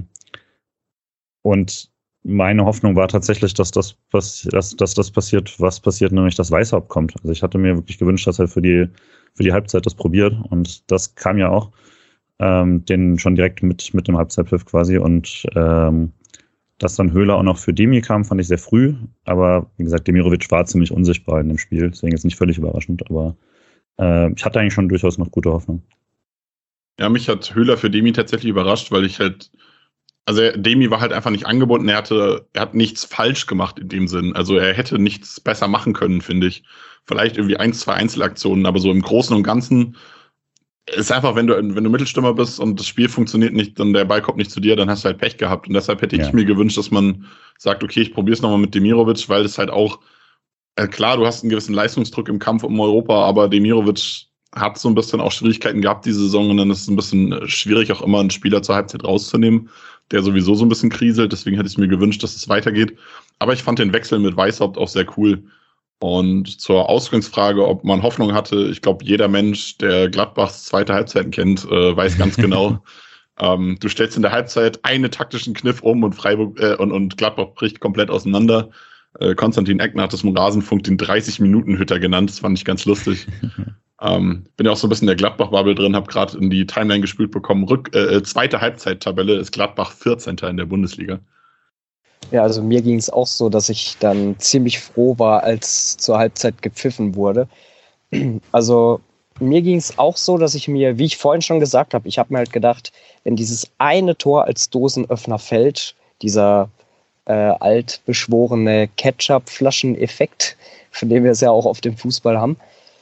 Und meine Hoffnung war tatsächlich, dass das passiert, was passiert, nämlich dass Weishaupt kommt. Also ich hatte mir wirklich gewünscht, dass er für die Halbzeit das probiert und das kam ja auch, den schon direkt mit dem Halbzeitpfiff quasi und dass dann Höhler auch noch für Demi kam, fand ich sehr früh, aber wie gesagt, Demirovic war ziemlich unsichtbar in dem Spiel, deswegen ist nicht völlig überraschend, aber ich hatte eigentlich schon durchaus noch gute Hoffnung. Ja, mich hat Höhler für Demi tatsächlich überrascht, weil Demi war halt einfach nicht angebunden, er hat nichts falsch gemacht in dem Sinn, also er hätte nichts besser machen können, finde ich. Vielleicht irgendwie 1-2 Einzelaktionen, aber so im Großen und Ganzen ist einfach, wenn du Mittelstürmer bist und das Spiel funktioniert nicht, dann der Ball kommt nicht zu dir, dann hast du halt Pech gehabt und deshalb hätte ich mir gewünscht, dass man sagt, okay, ich probiere es nochmal mit Demirovic, weil es halt auch, klar, du hast einen gewissen Leistungsdruck im Kampf um Europa, aber Demirovic hat so ein bisschen auch Schwierigkeiten gehabt diese Saison und dann ist es ein bisschen schwierig, auch immer einen Spieler zur Halbzeit rauszunehmen. der sowieso so ein bisschen kriselt. Deswegen hätte ich mir gewünscht, dass es weitergeht. Aber ich fand den Wechsel mit Weishaupt auch sehr cool. Und zur Ausgangsfrage, ob man Hoffnung hatte, ich glaube, jeder Mensch, der Gladbachs zweite Halbzeiten kennt, weiß ganz genau, du stellst in der Halbzeit einen taktischen Kniff um und Freiburg und Gladbach bricht komplett auseinander. Konstantin Eckner hat das im Rasenfunk den 30-Minuten-Hütter genannt. Das fand ich ganz lustig. Bin ja auch so ein bisschen in der Gladbach-Bubble drin, habe gerade in die Timeline gespielt bekommen. Zweite Halbzeit-Tabelle ist Gladbach 14. in der Bundesliga. Ja, also mir ging es auch so, dass ich dann ziemlich froh war, als zur Halbzeit gepfiffen wurde. Also mir ging es auch so, dass ich mir, wie ich vorhin schon gesagt habe, ich habe mir halt gedacht, wenn dieses eine Tor als Dosenöffner fällt, dieser altbeschworene Ketchup-Flaschen-Effekt, von dem wir es ja auch auf dem Fußball haben.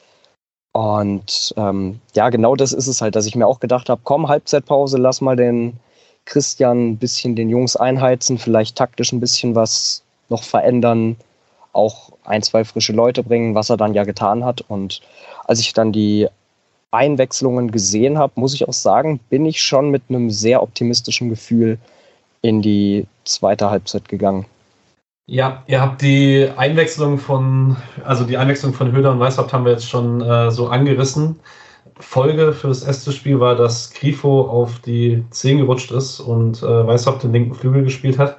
Und ja, genau das ist es halt, dass ich mir auch gedacht habe, komm, Halbzeitpause, lass mal den Christian ein bisschen den Jungs einheizen, vielleicht taktisch ein bisschen was noch verändern, auch 1, 2 frische Leute bringen, was er dann ja getan hat. Und als ich dann die Einwechslungen gesehen habe, muss ich auch sagen, bin ich schon mit einem sehr optimistischen Gefühl in die zweite Halbzeit gegangen. Ja, ihr habt die Einwechslung von Höhler und Weishaupt haben wir jetzt schon so angerissen. Folge für das erste Spiel war, dass Grifo auf die 10 gerutscht ist und Weishaupt den linken Flügel gespielt hat.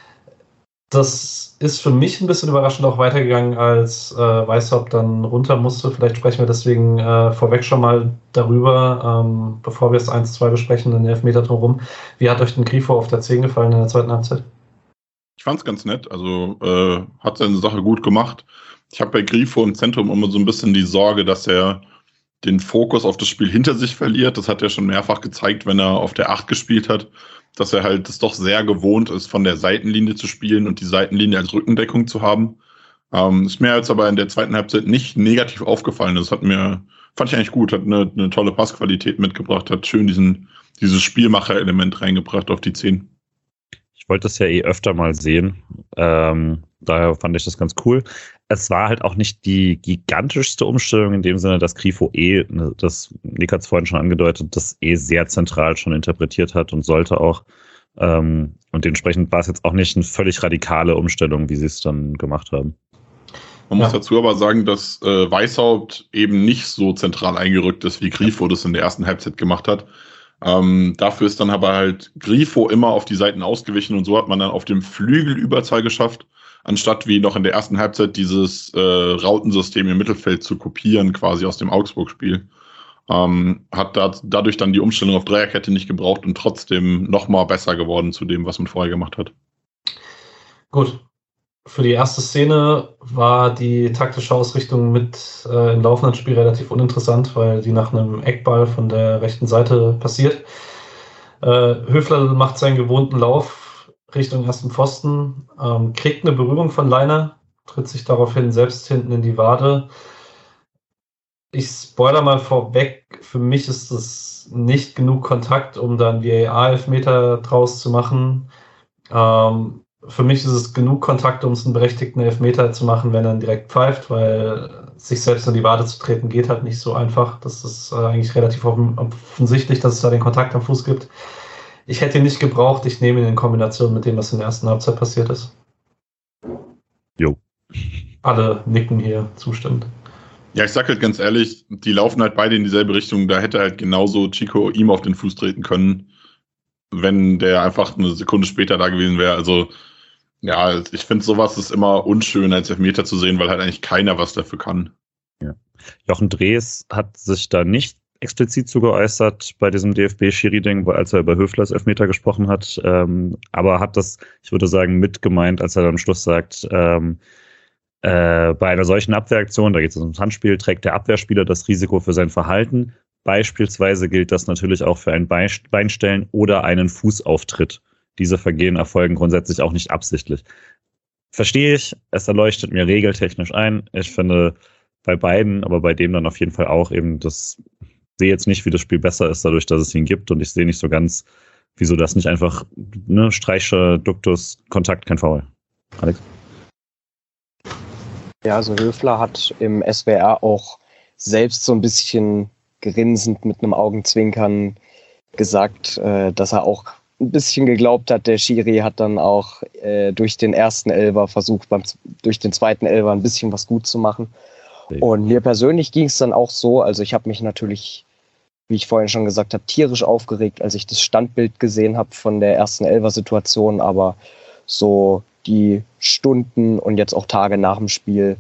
Das ist für mich ein bisschen überraschend auch weitergegangen, als Weishaupt dann runter musste. Vielleicht sprechen wir deswegen vorweg schon mal darüber, bevor wir es 1-2 besprechen, den Elfmeter drumherum. Wie hat euch denn Grifo auf der 10 gefallen in der zweiten Halbzeit? Ich fand es ganz nett, also hat seine Sache gut gemacht. Ich habe bei Grifo im Zentrum immer so ein bisschen die Sorge, dass er den Fokus auf das Spiel hinter sich verliert. Das hat er schon mehrfach gezeigt, wenn er auf der 8 gespielt hat, dass er halt es doch sehr gewohnt ist, von der Seitenlinie zu spielen und die Seitenlinie als Rückendeckung zu haben. Ist mir jetzt aber in der zweiten Halbzeit nicht negativ aufgefallen. Das fand ich eigentlich gut, hat eine tolle Passqualität mitgebracht, hat schön dieses Spielmacher-Element reingebracht auf die 10. Ich wollte das ja öfter mal sehen. Daher fand ich das ganz cool. Es war halt auch nicht die gigantischste Umstellung in dem Sinne, dass Grifo das Nick hat es vorhin schon angedeutet, das sehr zentral schon interpretiert hat und sollte auch. Und dementsprechend war es jetzt auch nicht eine völlig radikale Umstellung, wie sie es dann gemacht haben. Man muss dazu aber sagen, dass Weishaupt eben nicht so zentral eingerückt ist, wie Grifo das in der ersten Halbzeit gemacht hat. Dafür ist dann aber halt Grifo immer auf die Seiten ausgewichen und so hat man dann auf dem Flügel Überzahl geschafft, anstatt wie noch in der ersten Halbzeit dieses Rautensystem im Mittelfeld zu kopieren, quasi aus dem Augsburg-Spiel. Hat dadurch dann die Umstellung auf Dreierkette nicht gebraucht und trotzdem nochmal besser geworden zu dem, was man vorher gemacht hat. Gut. Für die erste Szene war die taktische Ausrichtung mit im laufenden Spiel relativ uninteressant, weil die nach einem Eckball von der rechten Seite passiert. Höfler macht seinen gewohnten Lauf Richtung ersten Pfosten, kriegt eine Berührung von Leiner, tritt sich daraufhin selbst hinten in die Wade. Ich spoiler mal vorweg, für mich ist das nicht genug Kontakt, um dann VAR-Elfmeter draus zu machen. Für mich ist es genug Kontakt, um es einen berechtigten Elfmeter zu machen, wenn er direkt pfeift, weil sich selbst in die Wade zu treten geht halt nicht so einfach. Das ist eigentlich relativ offensichtlich, dass es da den Kontakt am Fuß gibt. Ich hätte ihn nicht gebraucht. Ich nehme ihn in Kombination mit dem, was in der ersten Halbzeit passiert ist. Jo. Alle nicken hier zustimmend. Ja, ich sag halt ganz ehrlich, die laufen halt beide in dieselbe Richtung. Da hätte halt genauso Chico ihm auf den Fuß treten können, wenn der einfach eine Sekunde später da gewesen wäre. Also ja, ich finde, sowas ist immer unschön als Elfmeter zu sehen, weil halt eigentlich keiner was dafür kann. Ja. Jochen Drees hat sich da nicht explizit zu geäußert bei diesem DFB-Schiri-Ding, als er über Höflers Elfmeter gesprochen hat, aber hat das, ich würde sagen, mitgemeint, als er dann am Schluss sagt, bei einer solchen Abwehraktion, da geht es ums Handspiel, trägt der Abwehrspieler das Risiko für sein Verhalten. Beispielsweise gilt das natürlich auch für ein Beinstellen oder einen Fußauftritt. Diese Vergehen erfolgen grundsätzlich auch nicht absichtlich. Verstehe ich, es erleuchtet mir regeltechnisch ein. Ich finde bei beiden, aber bei dem dann auf jeden Fall auch eben, sehe jetzt nicht, wie das Spiel besser ist, dadurch, dass es ihn gibt und ich sehe nicht so ganz, wieso das nicht einfach, Streicher, Duktus, Kontakt, kein Foul. Alex? Ja, also Höfler hat im SWR auch selbst so ein bisschen grinsend mit einem Augenzwinkern gesagt, dass er auch ein bisschen geglaubt hat, der Schiri hat dann auch durch den ersten Elfer versucht, durch den zweiten Elfer ein bisschen was gut zu machen. Und mir persönlich ging es dann auch so, also ich habe mich natürlich, wie ich vorhin schon gesagt habe, tierisch aufgeregt, als ich das Standbild gesehen habe von der ersten Elfer-Situation, aber so die Stunden und jetzt auch Tage nach dem Spiel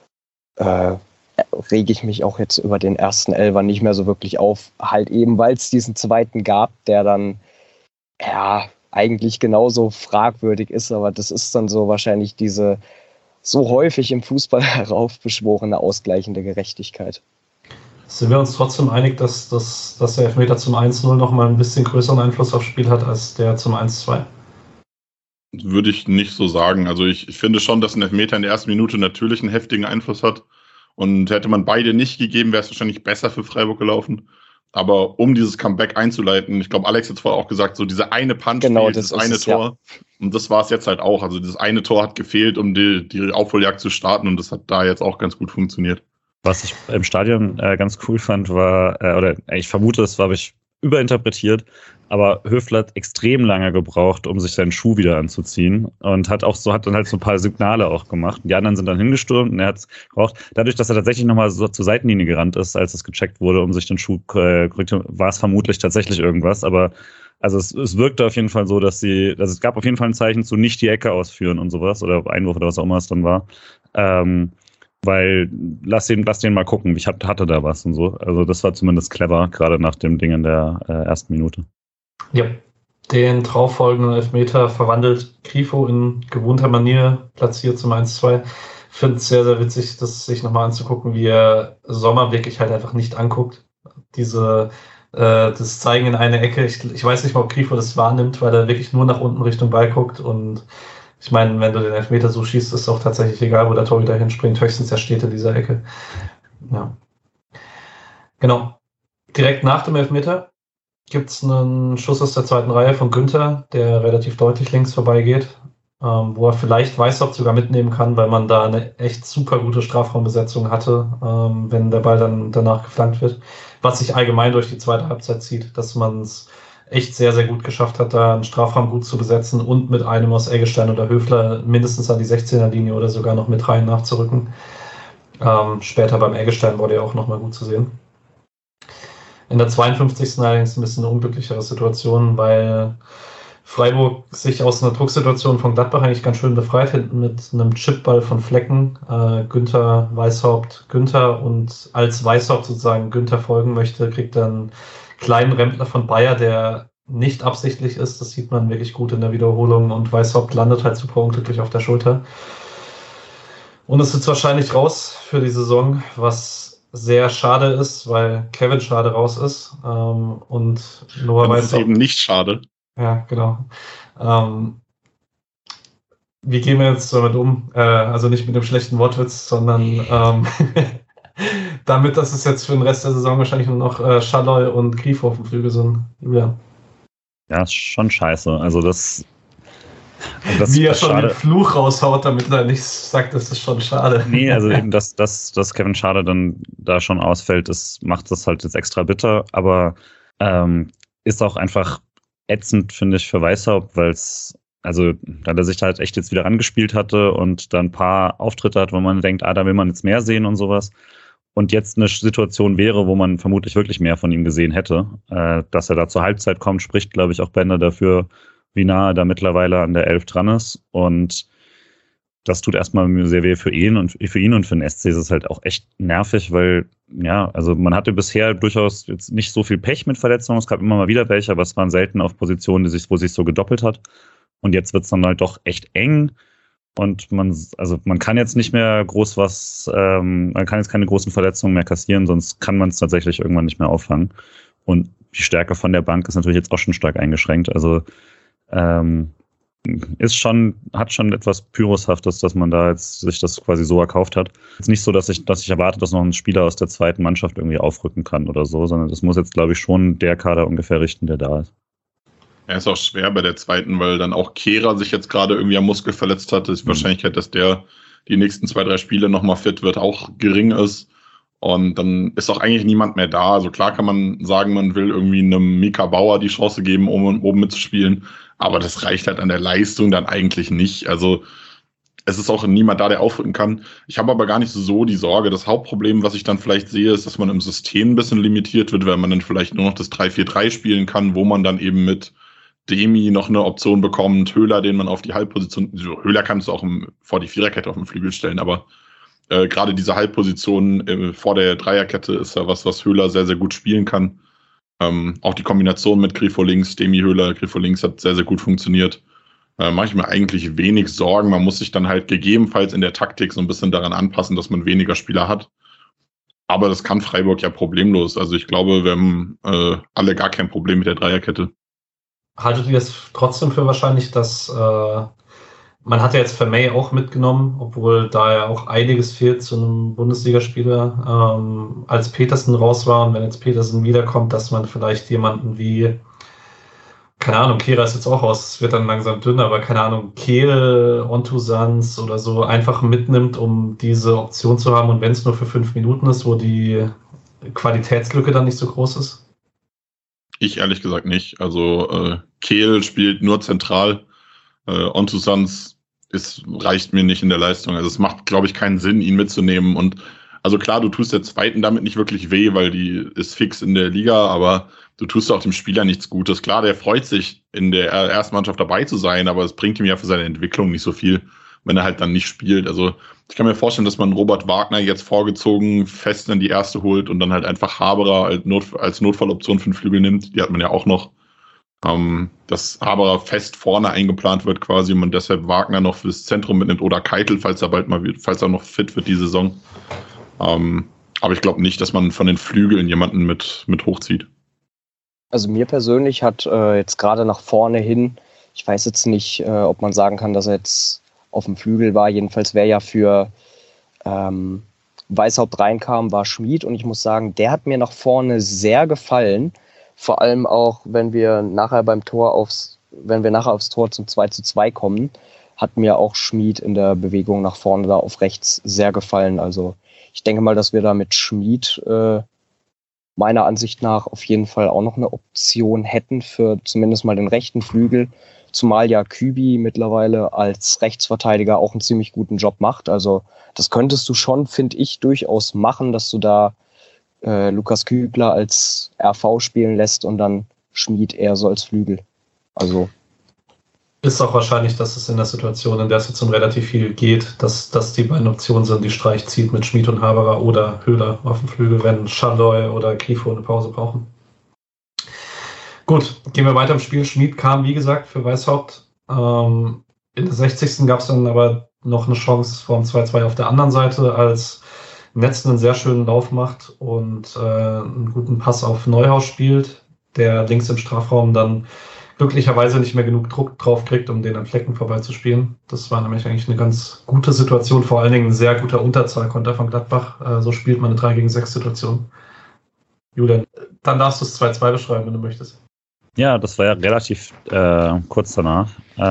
rege ich mich auch jetzt über den ersten Elfer nicht mehr so wirklich auf, halt eben, weil es diesen zweiten gab, der dann ja eigentlich genauso fragwürdig ist, aber das ist dann so wahrscheinlich diese so häufig im Fußball heraufbeschworene ausgleichende Gerechtigkeit. Sind wir uns trotzdem einig, dass der Elfmeter zum 1-0 noch mal ein bisschen größeren Einfluss aufs Spiel hat als der zum 1-2? Würde ich nicht so sagen. Also ich finde schon, dass ein Elfmeter in der ersten Minute natürlich einen heftigen Einfluss hat. Und hätte man beide nicht gegeben, wäre es wahrscheinlich besser für Freiburg gelaufen. Aber um dieses Comeback einzuleiten, ich glaube, Alex hat vorher auch gesagt, so diese eine Punch, genau, dieses eine Tor. Ja. Und das war es jetzt halt auch. Also dieses eine Tor hat gefehlt, um die Aufholjagd zu starten. Und das hat da jetzt auch ganz gut funktioniert. Was ich im Stadion ganz cool fand, war, oder ich vermute, das habe ich überinterpretiert, aber Höfler hat extrem lange gebraucht, um sich seinen Schuh wieder anzuziehen und hat dann halt so ein paar Signale auch gemacht. Die anderen sind dann hingestürmt und er hat es gebraucht. Dadurch, dass er tatsächlich nochmal so zur Seitenlinie gerannt ist, als es gecheckt wurde, um sich den Schuh korrigiert, war es vermutlich tatsächlich irgendwas, aber also es wirkte auf jeden Fall so, es gab auf jeden Fall ein Zeichen zu nicht die Ecke ausführen und sowas oder Einwurf oder was auch immer es dann war. Weil lass den mal gucken, ich hatte da was und so. Also das war zumindest clever, gerade nach dem Ding in der ersten Minute. Ja, den darauffolgenden Elfmeter verwandelt Grifo in gewohnter Manier, platziert zum 1-2. Ich finde es sehr, sehr witzig, das sich nochmal anzugucken, wie er Sommer wirklich halt einfach nicht anguckt. Das Zeigen in eine Ecke, ich weiß nicht mal, ob Grifo das wahrnimmt, weil er wirklich nur nach unten Richtung Ball guckt und ich meine, wenn du den Elfmeter so schießt, ist es auch tatsächlich egal, wo der Torhüter hinspringt. Höchstens er steht in dieser Ecke. Ja. Genau. Direkt nach dem Elfmeter gibt es einen Schuss aus der zweiten Reihe von Günther, der relativ deutlich links vorbeigeht, wo er vielleicht Weishaupt sogar mitnehmen kann, weil man da eine echt super gute Strafraumbesetzung hatte, wenn der Ball dann danach geflankt wird. Was sich allgemein durch die zweite Halbzeit zieht, dass man es echt sehr, sehr gut geschafft hat, da einen Strafraum gut zu besetzen und mit einem aus Eggestein oder Höfler mindestens an die 16er-Linie oder sogar noch mit rein nachzurücken. Später beim Eggestein wurde ja auch nochmal gut zu sehen. In der 52. allerdings ein bisschen eine unglücklichere Situation, weil Freiburg sich aus einer Drucksituation von Gladbach eigentlich ganz schön befreit, hinten mit einem Chipball von Flecken, Günther, Weishaupt, Günther und als Weishaupt sozusagen Günther folgen möchte, kriegt dann kleinen Rempler von Bayer, der nicht absichtlich ist. Das sieht man wirklich gut in der Wiederholung und Weishaupt landet halt super unglücklich auf der Schulter. Und es ist wahrscheinlich raus für die Saison, was sehr schade ist, weil Kevin Schade raus ist und Noah Weishaupt. Das ist eben nicht schade. Ja, genau. Wie gehen wir jetzt damit um? Also nicht mit dem schlechten Wortwitz, sondern damit, dass es jetzt für den Rest der Saison wahrscheinlich nur noch Schalloy und Grifo auf dem Flügel sind. Julian. Ja, ist schon scheiße. Also das wie er schon schade. Den Fluch raushaut, damit er nicht sagt, das ist schon schade. Nee, also eben, dass Kevin Schade dann da schon ausfällt, das macht das halt jetzt extra bitter, aber ist auch einfach ätzend, finde ich, für Weishaupt, weil es, also da er sich halt echt jetzt wieder angespielt hatte und dann ein paar Auftritte hat, wo man denkt, da will man jetzt mehr sehen und sowas. Und jetzt eine Situation wäre, wo man vermutlich wirklich mehr von ihm gesehen hätte. Dass er da zur Halbzeit kommt, spricht, glaube ich, auch Bender dafür, wie nah er da mittlerweile an der 11 dran ist. Und das tut erstmal sehr weh für ihn und für den SC ist es halt auch echt nervig, weil, ja, also man hatte bisher durchaus jetzt nicht so viel Pech mit Verletzungen. Es gab immer mal wieder welche, aber es waren selten auf Positionen, wo sich so gedoppelt hat. Und jetzt wird es dann halt doch echt eng. Und man kann jetzt nicht mehr groß man kann jetzt keine großen Verletzungen mehr kassieren, sonst kann man es tatsächlich irgendwann nicht mehr auffangen. Und die Stärke von der Bank ist natürlich jetzt auch schon stark eingeschränkt. Also hat schon etwas Pyroshaftes, dass man da jetzt sich das quasi so erkauft hat. Es ist nicht so, dass ich erwarte, dass noch ein Spieler aus der zweiten Mannschaft irgendwie aufrücken kann oder so, sondern das muss jetzt, glaube ich, schon der Kader ungefähr richten, der da ist. Er ist auch schwer bei der zweiten, weil dann auch Kehrer sich jetzt gerade irgendwie am Muskel verletzt hat. Die Wahrscheinlichkeit, dass der die nächsten 2-3 Spiele nochmal fit wird, auch gering ist. Und dann ist auch eigentlich niemand mehr da. Also klar kann man sagen, man will irgendwie einem Mika Bauer die Chance geben, oben mitzuspielen. Aber das reicht halt an der Leistung dann eigentlich nicht. Also es ist auch niemand da, der aufrücken kann. Ich habe aber gar nicht so die Sorge. Das Hauptproblem, was ich dann vielleicht sehe, ist, dass man im System ein bisschen limitiert wird, weil man dann vielleicht nur noch das 3-4-3 spielen kann, wo man dann eben mit Demi noch eine Option bekommt, Höhler, den man auf die Halbposition, also Höhler kannst du auch vor die Viererkette auf den Flügel stellen, aber gerade diese Halbposition vor der Dreierkette ist ja was Höhler sehr, sehr gut spielen kann. Auch die Kombination mit Grifo links, Demi Höhler, Grifo links hat sehr, sehr gut funktioniert. Mache ich mir eigentlich wenig Sorgen. Man muss sich dann halt gegebenenfalls in der Taktik so ein bisschen daran anpassen, dass man weniger Spieler hat. Aber das kann Freiburg ja problemlos. Also ich glaube, wir haben alle gar kein Problem mit der Dreierkette. Haltet ihr es trotzdem für wahrscheinlich, dass man hat ja jetzt Vermey auch mitgenommen, obwohl da ja auch einiges fehlt zu einem Bundesligaspieler, als Petersen raus war, und wenn jetzt Petersen wiederkommt, dass man vielleicht jemanden wie, keine Ahnung, Kehrer ist jetzt auch raus, es wird dann langsam dünner, aber keine Ahnung, Kehl, Ontusans oder so einfach mitnimmt, um diese Option zu haben, und wenn es nur für 5 Minuten ist, wo die Qualitätslücke dann nicht so groß ist? Ich ehrlich gesagt nicht. Also Kehl spielt nur zentral. Ontusans reicht mir nicht in der Leistung. Also es macht, glaube ich, keinen Sinn, ihn mitzunehmen. Und also klar, du tust der Zweiten damit nicht wirklich weh, weil die ist fix in der Liga, aber du tust auch dem Spieler nichts Gutes. Klar, der freut sich, in der ersten Mannschaft dabei zu sein, aber es bringt ihm ja für seine Entwicklung nicht so viel, wenn er halt dann nicht spielt. Also ich kann mir vorstellen, dass man Robert Wagner jetzt vorgezogen fest in die erste holt und dann halt einfach Haberer als Notfalloption für den Flügel nimmt. Die hat man ja auch noch. Dass Haberer fest vorne eingeplant wird quasi und man deshalb Wagner noch fürs Zentrum mitnimmt oder Keitel, falls er noch fit wird die Saison. Aber ich glaube nicht, dass man von den Flügeln jemanden mit hochzieht. Also mir persönlich hat jetzt gerade nach vorne hin, ich weiß jetzt nicht, ob man sagen kann, dass er jetzt auf dem Flügel war. Jedenfalls, wer ja für Weishaupt reinkam, war Schmid, und ich muss sagen, der hat mir nach vorne sehr gefallen. Vor allem auch, wenn wir nachher aufs Tor zum 2:2 kommen, hat mir auch Schmid in der Bewegung nach vorne da auf rechts sehr gefallen. Also ich denke mal, dass wir da mit Schmid meiner Ansicht nach auf jeden Fall auch noch eine Option hätten für zumindest mal den rechten Flügel. Zumal ja Kübi mittlerweile als Rechtsverteidiger auch einen ziemlich guten Job macht. Also das könntest du schon, finde ich, durchaus machen, dass du da Lukas Kübler als RV spielen lässt und dann Schmid eher so als Flügel. Also ist auch wahrscheinlich, dass es in der Situation, in der es jetzt um relativ viel geht, dass die beiden Optionen sind, die Streich zieht mit Schmid und Haberer oder Höhler auf dem Flügel, wenn Schalloy oder Grifo eine Pause brauchen. Gut, gehen wir weiter im Spiel. Schmid kam, wie gesagt, für Weishaupt. In der 60. gab es dann aber noch eine Chance vom 2:2 auf der anderen Seite, als Netz einen sehr schönen Lauf macht und einen guten Pass auf Neuhaus spielt, der links im Strafraum dann glücklicherweise nicht mehr genug Druck drauf kriegt, um den an Flecken vorbeizuspielen. Das war nämlich eigentlich eine ganz gute Situation, vor allen Dingen ein sehr guter Unterzahlkonter von Gladbach. So spielt man eine 3-gegen-6-Situation. Julian, dann darfst du es 2:2 beschreiben, wenn du möchtest. Ja, das war ja relativ kurz danach.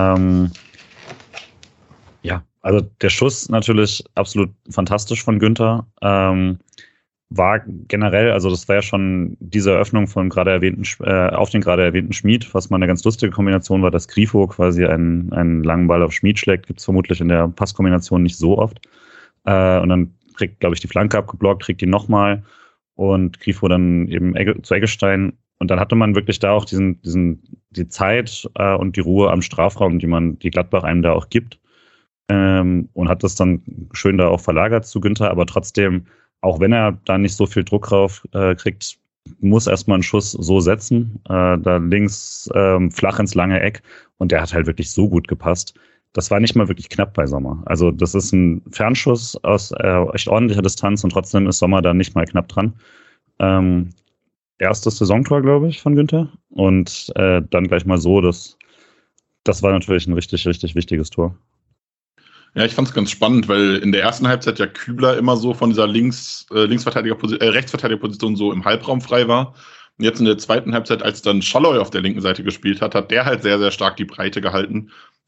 Ja, also der Schuss natürlich absolut fantastisch von Günther. War generell, also das war ja schon diese Eröffnung von auf den gerade erwähnten Schmid, was mal eine ganz lustige Kombination war, dass Grifo quasi einen langen Ball auf Schmid schlägt, gibt es vermutlich in der Passkombination nicht so oft. Und dann kriegt, glaube ich, die Flanke abgeblockt, kriegt die nochmal und Grifo dann eben zu Eggestein. Und dann hatte man wirklich da auch die Zeit und die Ruhe am Strafraum, die Gladbach einem da auch gibt. Und hat das dann schön da auch verlagert zu Günther, aber trotzdem, auch wenn er da nicht so viel Druck drauf kriegt, muss erstmal einen Schuss so setzen, da links flach ins lange Eck, und der hat halt wirklich so gut gepasst. Das war nicht mal wirklich knapp bei Sommer. Also das ist ein Fernschuss aus echt ordentlicher Distanz, und trotzdem ist Sommer da nicht mal knapp dran. Erstes Saisontor, glaube ich, von Günther, und dann gleich mal so, das war natürlich ein richtig, richtig wichtiges Tor. Ja, ich fand es ganz spannend, weil in der ersten Halbzeit ja Kübler immer so von dieser Rechtsverteidigerposition so im Halbraum frei war. Und jetzt in der zweiten Halbzeit, als dann Schalloy auf der linken Seite gespielt hat, hat der halt sehr, sehr stark die Breite gehalten.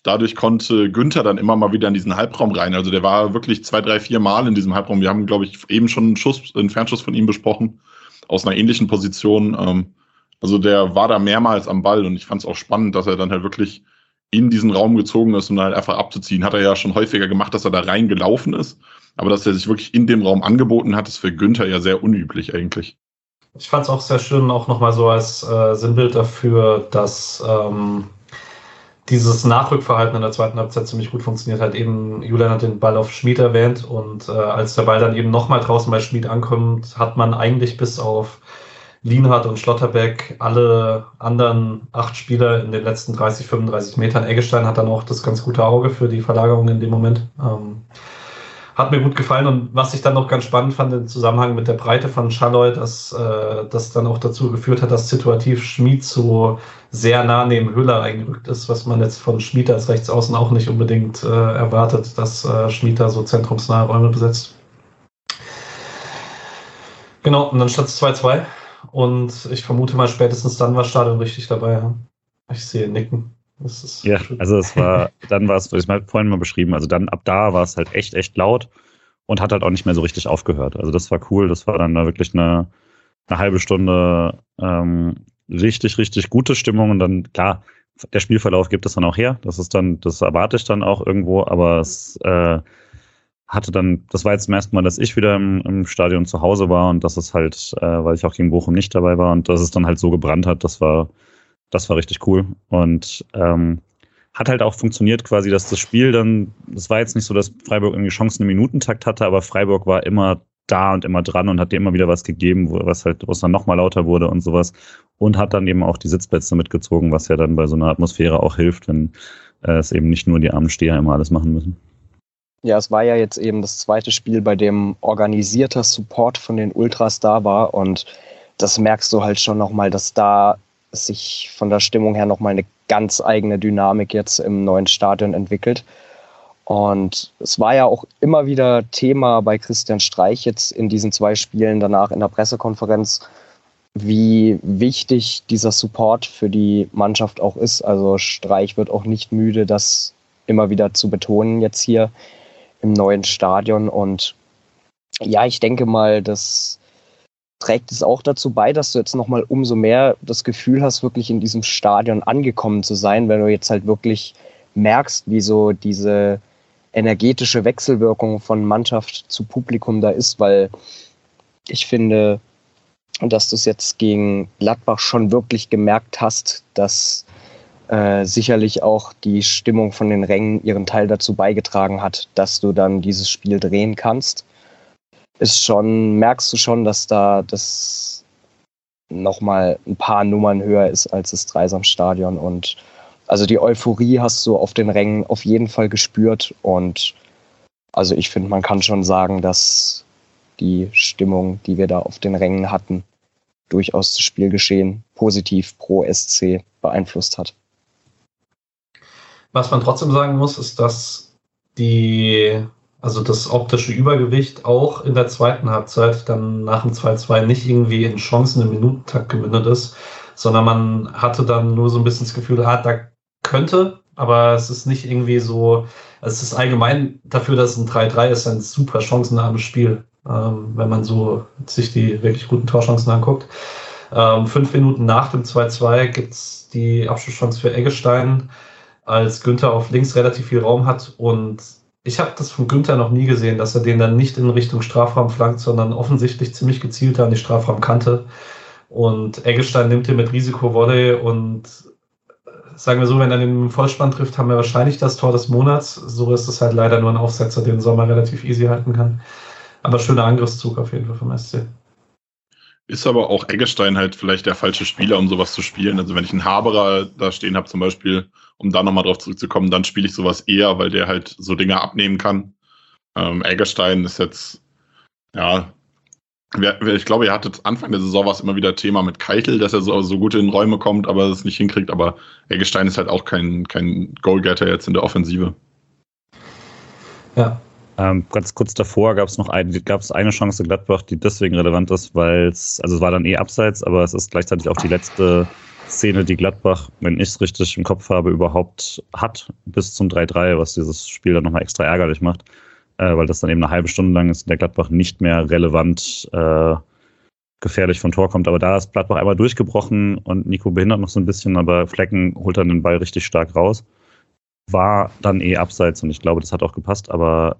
dadurch konnte Günther dann immer mal wieder in diesen Halbraum rein. Also der war wirklich 2, 3, 4 Mal in diesem Halbraum. Wir haben, glaube ich, eben schon einen Fernschuss von ihm besprochen, aus einer ähnlichen Position. Also der war da mehrmals am Ball und ich fand es auch spannend, dass er dann halt wirklich in diesen Raum gezogen ist, um halt einfach abzuziehen. Hat er ja schon häufiger gemacht, dass er da reingelaufen ist. Aber dass er sich wirklich in dem Raum angeboten hat, ist für Günther ja sehr unüblich eigentlich. Ich fand es auch sehr schön, auch nochmal so als Sinnbild dafür, dass dieses Nachrückverhalten in der zweiten Halbzeit ziemlich gut funktioniert hat. Eben Julian hat den Ball auf Schmid erwähnt und als der Ball dann eben nochmal draußen bei Schmid ankommt, hat man eigentlich bis auf Lienhardt und Schlotterbeck alle anderen 8 Spieler in den letzten 30, 35 Metern. Eggestein hat dann auch das ganz gute Auge für die Verlagerung in dem Moment. Hat mir gut gefallen und was ich dann noch ganz spannend fand im Zusammenhang mit der Breite von Schalloy, dass das dann auch dazu geführt hat, dass situativ Schmid so sehr nah neben Höhler reingerückt ist, was man jetzt von Schmid als Rechtsaußen auch nicht unbedingt erwartet, dass Schmid da so zentrumsnahe Räume besetzt. Genau, und dann stand es 2-2 und ich vermute mal spätestens dann war Stadion richtig dabei. Ja? Ich sehe Nicken. Ja, also dann war es, ich habe vorhin mal beschrieben, also dann ab da war es halt echt laut und hat halt auch nicht mehr so richtig aufgehört. Also das war cool, das war dann wirklich eine halbe Stunde richtig gute Stimmung und dann, klar, der Spielverlauf gibt es dann auch her, das erwarte ich dann auch irgendwo, aber es das war jetzt zum ersten Mal, dass ich wieder im Stadion zu Hause war und das ist halt, weil ich auch gegen Bochum nicht dabei war und dass es dann halt so gebrannt hat, das war richtig cool und hat halt auch funktioniert quasi, dass das Spiel dann, das war jetzt nicht so, dass Freiburg irgendwie Chancen im Minutentakt hatte, aber Freiburg war immer da und immer dran und hat dir immer wieder was gegeben, wo es dann nochmal lauter wurde und sowas und hat dann eben auch die Sitzplätze mitgezogen, was ja dann bei so einer Atmosphäre auch hilft, wenn es eben nicht nur die armen Steher immer alles machen müssen. Ja, es war ja jetzt eben das zweite Spiel, bei dem organisierter Support von den Ultras da war und das merkst du halt schon nochmal, dass da sich von der Stimmung her nochmal eine ganz eigene Dynamik jetzt im neuen Stadion entwickelt. Und es war ja auch immer wieder Thema bei Christian Streich jetzt in diesen 2 Spielen danach in der Pressekonferenz, wie wichtig dieser Support für die Mannschaft auch ist. Also Streich wird auch nicht müde, das immer wieder zu betonen jetzt hier im neuen Stadion. Und ja, ich denke mal, das trägt es auch dazu bei, dass du jetzt nochmal umso mehr das Gefühl hast, wirklich in diesem Stadion angekommen zu sein, wenn du jetzt halt wirklich merkst, wie so diese energetische Wechselwirkung von Mannschaft zu Publikum da ist, weil ich finde, dass du es jetzt gegen Gladbach schon wirklich gemerkt hast, dass sicherlich auch die Stimmung von den Rängen ihren Teil dazu beigetragen hat, dass du dann dieses Spiel drehen kannst. Merkst du schon, dass da das nochmal ein paar Nummern höher ist als das Dreisamstadion und also die Euphorie hast du auf den Rängen auf jeden Fall gespürt und also ich finde, man kann schon sagen, dass die Stimmung, die wir da auf den Rängen hatten, durchaus das Spielgeschehen positiv pro SC beeinflusst hat. Was man trotzdem sagen muss, ist, dass das optische Übergewicht auch in der zweiten Halbzeit dann nach dem 2-2 nicht irgendwie in Chancen im Minutentakt gemündet ist, sondern man hatte dann nur so ein bisschen das Gefühl, da könnte, aber es ist nicht irgendwie so, also es ist allgemein dafür, dass es ein 3-3 ist, ein super chancenarmes Spiel, wenn man so sich die wirklich guten Torchancen anguckt. 5 Minuten nach dem 2-2 gibt es die Abschlusschance für Eggestein, als Günther auf links relativ viel Raum hat und ich habe das von Günther noch nie gesehen, dass er den dann nicht in Richtung Strafraum flankt, sondern offensichtlich ziemlich gezielt an die Strafraumkante. Und Eggestein nimmt den mit Risiko-Volley und sagen wir so, wenn er den Vollspann trifft, haben wir wahrscheinlich das Tor des Monats. So ist es halt leider nur ein Aufsetzer, den Sommer relativ easy halten kann. Aber schöner Angriffszug auf jeden Fall vom SC. Ist aber auch Eggestein halt vielleicht der falsche Spieler, um sowas zu spielen. Also wenn ich einen Haberer da stehen habe zum Beispiel, um da nochmal drauf zurückzukommen, dann spiele ich sowas eher, weil der halt so Dinge abnehmen kann. Eggestein ist jetzt, ja, ich glaube, er hatte Anfang der Saison was immer wieder Thema mit Keitel, dass er so gut in Räume kommt, aber es nicht hinkriegt. Aber Eggestein ist halt auch kein Goalgetter jetzt in der Offensive. Ja. Ganz kurz davor gab es eine Chance Gladbach, die deswegen relevant ist, weil es war dann abseits, aber es ist gleichzeitig auch die letzte Szene, die Gladbach, wenn ich es richtig im Kopf habe, überhaupt hat, bis zum 3-3, was dieses Spiel dann nochmal extra ärgerlich macht, weil das dann eben eine halbe Stunde lang ist, in der Gladbach nicht mehr relevant gefährlich von Tor kommt. Aber da ist Gladbach einmal durchgebrochen und Nico behindert noch so ein bisschen, aber Flecken holt dann den Ball richtig stark raus. War dann abseits und ich glaube, das hat auch gepasst, aber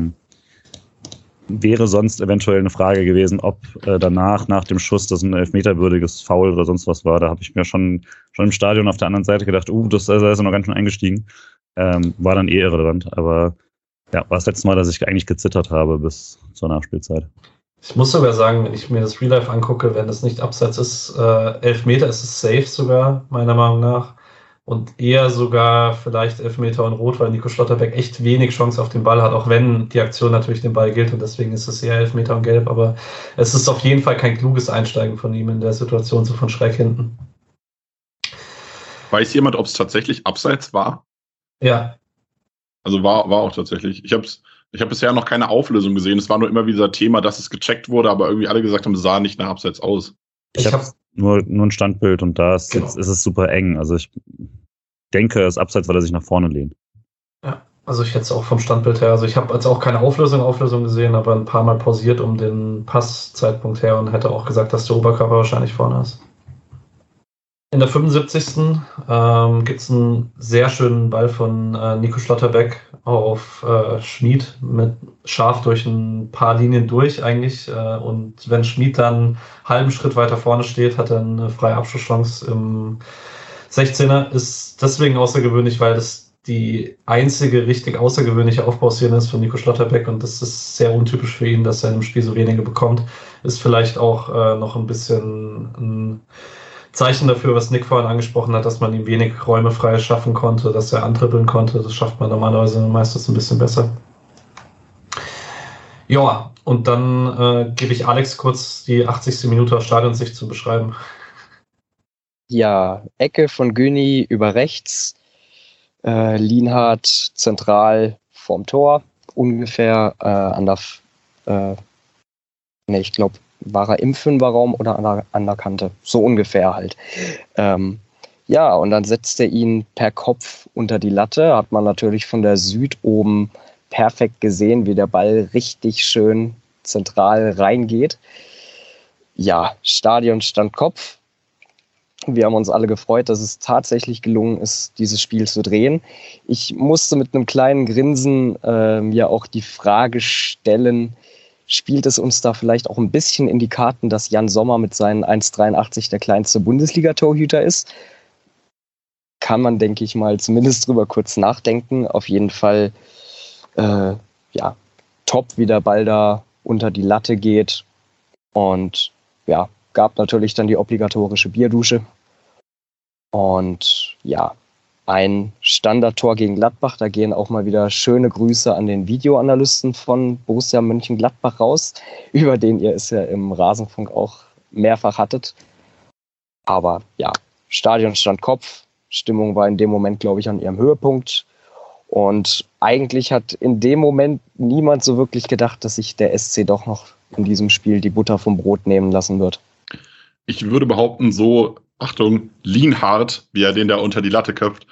wäre sonst eventuell eine Frage gewesen, ob danach, nach dem Schuss, das ein elfmeterwürdiges Foul oder sonst was war. Da habe ich mir schon im Stadion auf der anderen Seite gedacht, da ist er noch ganz schön eingestiegen. War dann irrelevant, aber ja, war das letzte Mal, dass ich eigentlich gezittert habe bis zur Nachspielzeit. Ich muss sogar sagen, wenn ich mir das Real Life angucke, wenn es nicht abseits ist, Elfmeter ist es safe sogar, meiner Meinung nach. Und eher sogar vielleicht Elfmeter und Rot, weil Nico Schlotterbeck echt wenig Chance auf den Ball hat, auch wenn die Aktion natürlich den Ball gilt und deswegen ist es eher Elfmeter und Gelb. Aber es ist auf jeden Fall kein kluges Einsteigen von ihm in der Situation, so von schräg hinten. Weiß jemand, ob es tatsächlich abseits war? Ja. Also war auch tatsächlich. Ich habe bisher noch keine Auflösung gesehen. Es war nur immer wieder Thema, dass es gecheckt wurde, aber irgendwie alle gesagt haben, es sah nicht nach Abseits aus. Ich habe nur ein Standbild und da ist, genau. Jetzt ist es super eng. Also ich denke, es ist Abseits, weil er sich nach vorne lehnt. Ja, also ich hätte es auch vom Standbild her. Also ich habe jetzt auch keine Auflösung gesehen, aber ein paar Mal pausiert um den Passzeitpunkt her und hätte auch gesagt, dass der Oberkörper wahrscheinlich vorne ist. In der 75. Gibt es einen sehr schönen Ball von Nico Schlotterbeck auf Schmid mit scharf durch ein paar Linien durch eigentlich. Und wenn Schmid dann einen halben Schritt weiter vorne steht, hat er eine freie Abschlusschance im 16er. Ist deswegen außergewöhnlich, weil das die einzige richtig außergewöhnliche Aufbauszene ist von Nico Schlotterbeck und das ist sehr untypisch für ihn, dass er im Spiel so wenige bekommt. Ist vielleicht auch noch ein bisschen ein Zeichen dafür, was Nick vorhin angesprochen hat, dass man ihm wenig Räume frei schaffen konnte, dass er antribbeln konnte. Das schafft man normalerweise meistens ein bisschen besser. Ja, und dann gebe ich Alex kurz die 80. Minute aus Stadionsicht zu beschreiben. Ja, Ecke von Güni über rechts, Lienhardt zentral vorm Tor, ungefähr an der, ich glaube, war er im Fünferraum oder an der Kante? So ungefähr halt. Ja, und dann setzt er ihn per Kopf unter die Latte. Hat man natürlich von der Süd oben perfekt gesehen, wie der Ball richtig schön zentral reingeht. Ja, Stadion stand Kopf. Wir haben uns alle gefreut, dass es tatsächlich gelungen ist, dieses Spiel zu drehen. Ich musste mit einem kleinen Grinsen mir auch die Frage stellen, spielt es uns da vielleicht auch ein bisschen in die Karten, dass Jan Sommer mit seinen 1,83 der kleinste Bundesliga-Torhüter ist? Kann man, denke ich mal, zumindest drüber kurz nachdenken. Auf jeden Fall, top, wie der Ball da unter die Latte geht. Und ja, gab natürlich dann die obligatorische Bierdusche. Und ja, ein Standardtor gegen Gladbach. Da gehen auch mal wieder schöne Grüße an den Videoanalysten von Borussia Mönchengladbach raus, über den ihr es ja im Rasenfunk auch mehrfach hattet. Aber ja, Stadion stand Kopf. Stimmung war in dem Moment, glaube ich, an ihrem Höhepunkt. Und eigentlich hat in dem Moment niemand so wirklich gedacht, dass sich der SC doch noch in diesem Spiel die Butter vom Brot nehmen lassen wird. Ich würde behaupten, so, Achtung, Lienhardt, wie er den da unter die Latte köpft,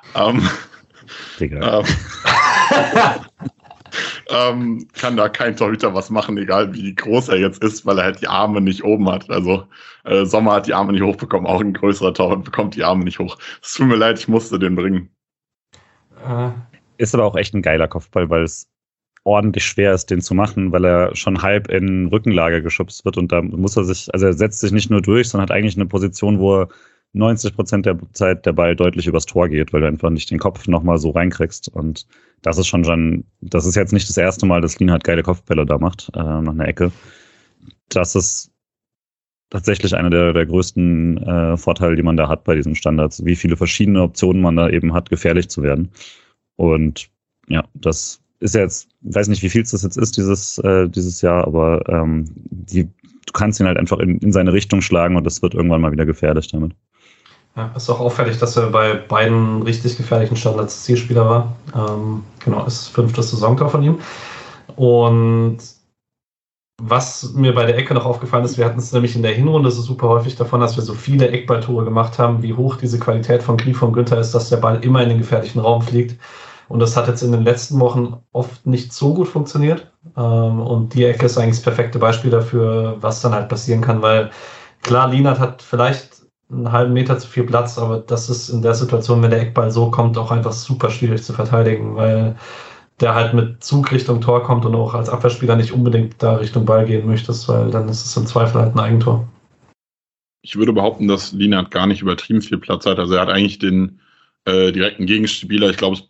kann da kein Torhüter was machen, egal wie groß er jetzt ist, weil er halt die Arme nicht oben hat. Also Sommer hat die Arme nicht hochbekommen, auch ein größerer Torwart bekommt die Arme nicht hoch. Es tut mir leid, ich musste den bringen. Ist aber auch echt ein geiler Kopfball, weil es ordentlich schwer ist, den zu machen, weil er schon halb in Rückenlage geschubst wird und da muss er sich, also er setzt sich nicht nur durch, sondern hat eigentlich eine Position, wo er 90% der Zeit der Ball deutlich übers Tor geht, weil du einfach nicht den Kopf nochmal so reinkriegst und das ist schon, das ist jetzt nicht das erste Mal, dass Lienhardt geile Kopfbälle da macht, nach einer Ecke. Das ist tatsächlich einer der größten Vorteile, die man da hat bei diesen Standards, wie viele verschiedene Optionen man da eben hat, gefährlich zu werden. Und ja, das ist ja jetzt, ich weiß nicht, wie viel es das jetzt ist dieses Jahr, aber du kannst ihn halt einfach in seine Richtung schlagen und das wird irgendwann mal wieder gefährlich damit. Ja, ist auch auffällig, dass er bei beiden richtig gefährlichen Standards Zielspieler war. Genau, ist 5. Saisontor von ihm. Und Was mir bei der Ecke noch aufgefallen ist, wir hatten es nämlich in der Hinrunde so super häufig davon, dass wir so viele Eckballtore gemacht haben, wie hoch diese Qualität von Grifo und Günther ist, dass der Ball immer in den gefährlichen Raum fliegt. Und das hat jetzt in den letzten Wochen oft nicht so gut funktioniert. Und die Ecke ist eigentlich das perfekte Beispiel dafür, was dann halt passieren kann, weil klar, Lienert hat vielleicht einen halben Meter zu viel Platz, aber das ist in der Situation, wenn der Eckball so kommt, auch einfach super schwierig zu verteidigen, weil der halt mit Zug Richtung Tor kommt und auch als Abwehrspieler nicht unbedingt da Richtung Ball gehen möchtest, weil dann ist es im Zweifel halt ein Eigentor. Ich würde behaupten, dass Lienert gar nicht übertrieben viel Platz hat. Also er hat eigentlich den direkten Gegenspieler, ich glaube,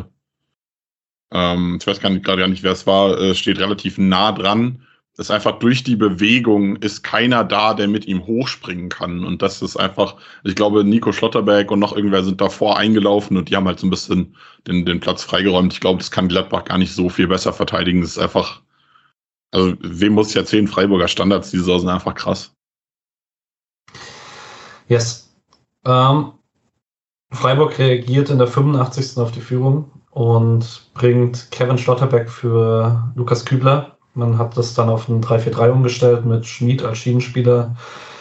ich weiß gerade nicht, wer es war, steht relativ nah dran. Das ist einfach durch die Bewegung ist keiner da, der mit ihm hochspringen kann. Und das ist einfach, ich glaube, Nico Schlotterbeck und noch irgendwer sind davor eingelaufen und die haben halt so ein bisschen den Platz freigeräumt. Ich glaube, das kann Gladbach gar nicht so viel besser verteidigen. Das ist einfach, also wem muss ich erzählen, Freiburger Standards diese Saison sind einfach krass. Yes. Freiburg reagiert in der 85. auf die Führung und bringt Kevin Schlotterbeck für Lukas Kübler. Man hat das dann auf ein 3-4-3 umgestellt mit Schmid als Schienenspieler.